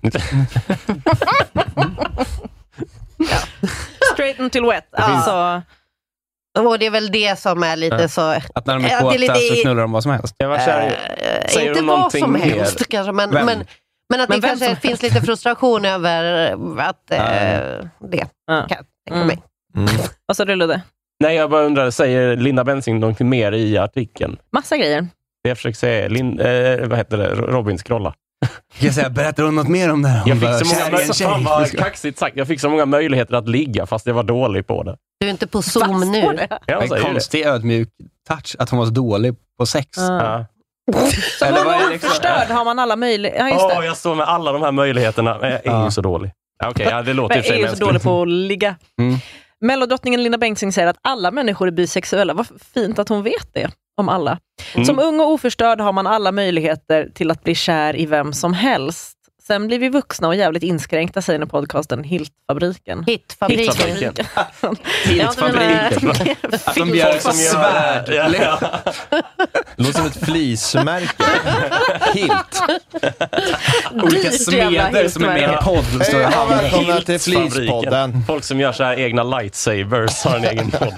Straight until wet. Alltså... Och det är väl det som är lite så... Att när de är kåta så knullar de vad som helst. Inte vad som helst kanske, men att det kanske finns lite frustration över att det kan tänka mig. Vad sa du, Ludde? Nej, jag bara undrar, säger Linda Bengtzing någonting mer i artikeln? Massa grejer. Jag försöker säga, vad heter det? Robin scrolla. Jag säga, berättar hon något mer om det här? Jag fick så många kaxigt sagt. Jag fick så många möjligheter att ligga, fast jag var dålig på det. Du är inte på Zoom nu. En konstig ödmjuk touch att hon var så dålig på sex. Ja. Så eller var liksom förstörd har man alla möjligheter. Ja, just det. Jag står med alla de här möjligheterna, men jag är ju så dålig. Okej, det låter ju för sig mänskligt. Jag är ju så dålig på att ligga. Mellodrottningen Linda Bengtzing säger att alla människor är bisexuella. Vad fint att hon vet det. om alla. Som ung och oförstörd har man alla möjligheter till att bli kär i vem som helst. Sen blir vi vuxna och jävligt inskränkta, säger poddcasten Hiltfabriken. Hitfabriken. Hitfabriken. Att de gör som svärd. Låter som ett flismärke. Hilt. Olika smeder som är med i en podd. Välkomna till Flispodden. Folk som gör så här egna lightsabers har en egen podd.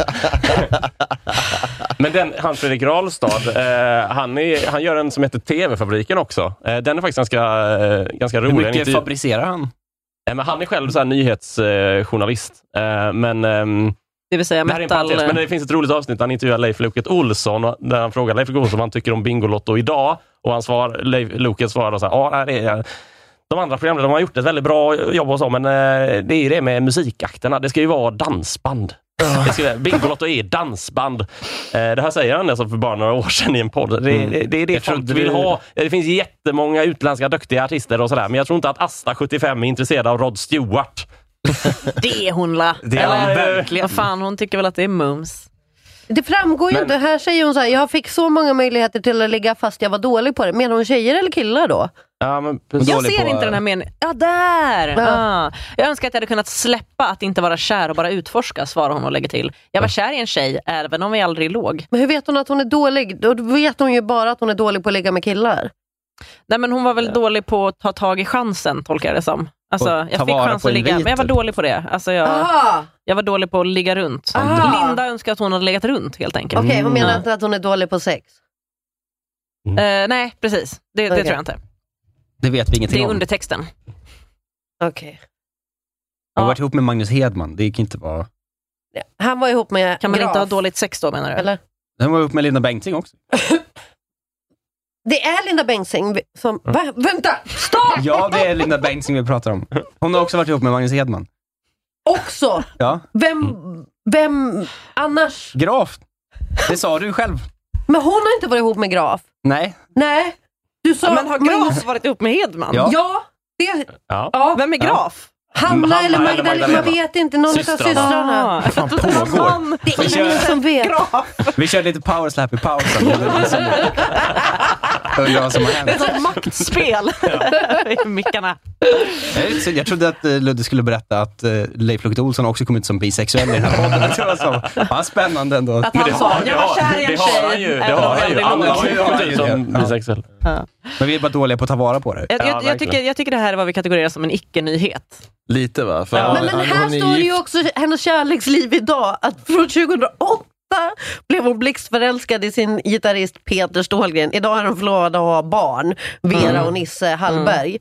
Men han Fredrik Rahlstad, han gör en som heter TV-fabriken också. Den är faktiskt ganska rolig. Hur mycket fabricerar han? Men han är själv så här nyhetsjournalist. Men det vill säga metal. Men det finns ett roligt avsnitt. Han intervjuar Leif Loket Olsson där han frågar Leif Loket Olsson vad han tycker om Bingolotto idag. Och Leif Loket svarar så här, de andra programmen, de har gjort ett väldigt bra jobb och så, men det är ju det med musikakterna. Det ska ju vara dansband. Bingolotto är dansband. Det här säger han alltså för bara några år sedan i en podd. Det är det folk vill ha. Det finns jättemånga utländska duktiga artister och sådär, men jag tror inte att Asta 75 är intresserad av Rod Stewart. Det är hon la. Det är hon verkligen. Vad fan, hon tycker väl att det är mums. Det framgår ju inte. Här säger hon så här, jag fick så många möjligheter till att ligga fast jag var dålig på det. Menar hon tjejer eller killar då? Ja, men jag ser inte den här meningen. Ja, där! Ja. Jag önskar att jag hade kunnat släppa att inte vara kär och bara utforska, svarar hon och lägger till. Jag var kär i en tjej, även om vi aldrig låg. Men hur vet hon att hon är dålig? Då vet hon ju bara att hon är dålig på att ligga med killar. Nej, men hon var väl dålig på att ta tag i chansen, tolkar jag det som. Alltså, jag fick chans att ligga, men jag var dålig på det. Alltså, jag var dålig på att ligga runt. Linda önskar att hon hade legat runt, helt enkelt. Okej, hon menar inte att hon är dålig på sex? Nej, precis. Det tror jag inte. Det vet vi ingenting om. Det är undertexten. Okej. Han har varit ihop med Magnus Hedman. Det gick inte vara... Han var ihop med Kan man Graf. inte ha dåligt sex då, menar du? Eller? Han var ihop med Linda Bengtzing också. Det är Linda Bengtzing som... Vänta! Stopp! Ja, det är Linda Bengtzing vi pratar om. Hon har också varit ihop med Magnus Hedman. Också? Ja. Vem annars? Graf. Det sa du själv. Men hon har inte varit ihop med Graf. Nej. Du sa... Men har Graf varit ihop med Hedman? Ja. Ja. Vem är Graf? Hanna eller Magdalena, man vet inte. Någon av systrarna. Vad fan pågår? Det är ingen som vet. Vi kör lite powerslap i pausen. Vad som har hänt. Det är ett maktspel i mickarna. Jag trodde att Ludde skulle berätta att Leif Loket Olsson också kommit som bisexuell i den här podden. Jag tror det var spännande ändå. Att han sa, jag var kär i en tjej. Det har han ju. Alla har ju som bisexuell. Men vi är bara dåliga på att ta vara på det. Jag tycker det här är vad vi kategorerar som en icke-nyhet. Lite va? Men här står det ju också hennes kärleksliv idag. Att från 2008 blev hon blixtförälskad i sin gitarrist Peter Ståhlgren. Idag är de förlovade att ha barn. Vera och Nisse Hallberg.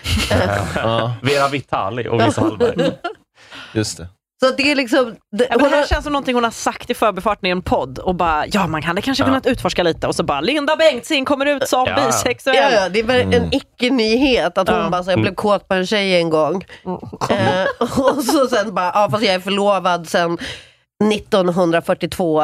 Vera Vitali och Nisse Hallberg. Just det. Så det är liksom... Det här känns som någonting hon har sagt i förbifarten i en podd. Och bara, man hade kanske kunnat utforska lite. Och så bara, Linda Bengtzing kommer ut som bisexuell. Ja, det är en icke-nyhet att hon bara, så jag blev kåt på en tjej en gång. Och så sen bara, fast jag är förlovad sen 1942.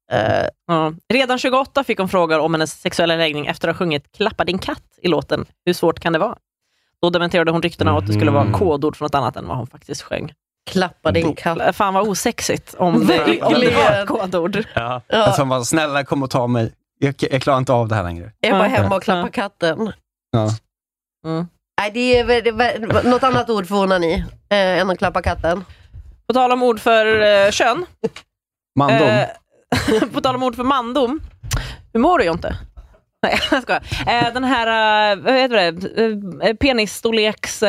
Redan 28 fick hon frågor om hennes sexuella läggning efter att ha sjungit Klappa din katt i låten Hur svårt kan det vara? Då dementerade hon ryktena av att det skulle vara kodord för något annat än vad hon faktiskt sjöng. Klappa din katt. Fan vad osexigt om det var kodord. Alltså, bara, snälla kom och ta mig. Jag klarar inte av det här längre. Jag var hemma och klappa katten. Ja. Nej, det är något annat ord för onani än att klappa katten. På tal om ord för kön. Mandom. På tal om ord för mandom. Hur mår du, Jonte? Nej, jag skojar. Den här, vad heter det? Penisstorleks...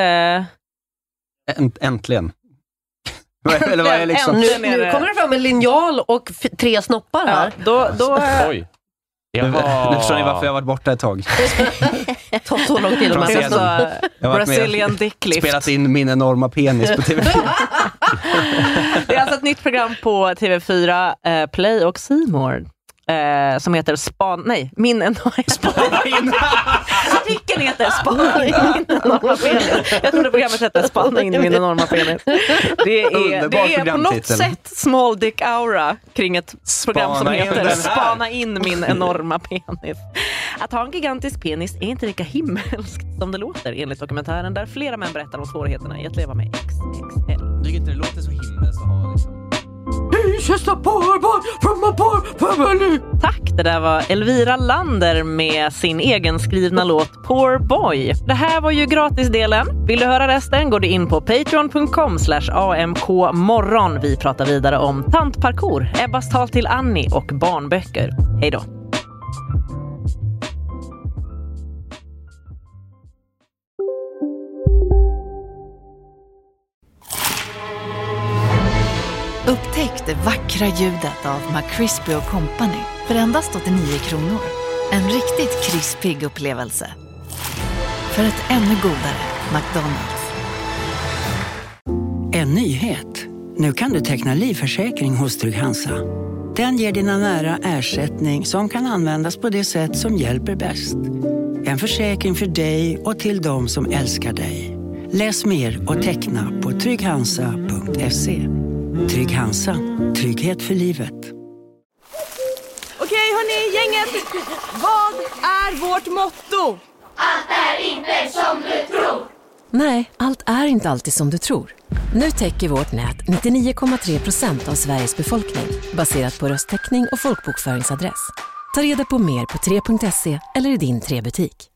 Äntligen. Eller vad är liksom... Nu kommer det fram en linjal och 3 snoppar här. Oj. Nu förstår ni varför jag har varit borta ett tag. Ta så lång tid. Brazilian dick lift. Spelat in min enorma penis på TV4. Det är alltså ett nytt program på TV4 Play och C More. Som heter Min Spana in. Artikeln heter Spana in min enorma penis. Jag trodde programmet hette Spana in min enorma penis. Det är på något sätt Small Dick Aura kring ett program som heter Spana in min enorma penis. Att ha en gigantisk penis är inte lika himmelskt som det låter, enligt dokumentären där flera män berättar om svårigheterna i att leva med XXL. Jag tycker inte det låter så himmelskt att ha liksom... It's just a poor boy from a poor family. Tack, det där var Elvira Lander med sin egenskrivna låt Poor Boy. Det här var ju gratisdelen. Vill du höra resten går du in på patreon.com/amkmorgon. Vi pratar vidare om tantparkour, Ebbas tal till Annie och barnböcker. Hej då! Upptäck det vackra ljudet av McCrispy & Company för endast 89 kronor. En riktigt krispig upplevelse. För ett ännu godare McDonald's. En nyhet. Nu kan du teckna livförsäkring hos Trygg Hansa. Den ger dina nära ersättning som kan användas på det sätt som hjälper bäst. En försäkring för dig och till de som älskar dig. Läs mer och teckna på trygghansa.se. Trygg Hansa. Trygghet för livet. Okej hörni, gänget. Vad är vårt motto? Allt är inte som du tror. Nej, allt är inte alltid som du tror. Nu täcker vårt nät 99,3% av Sveriges befolkning baserat på röstteckning och folkbokföringsadress. Ta reda på mer på 3.se eller i din 3-butik.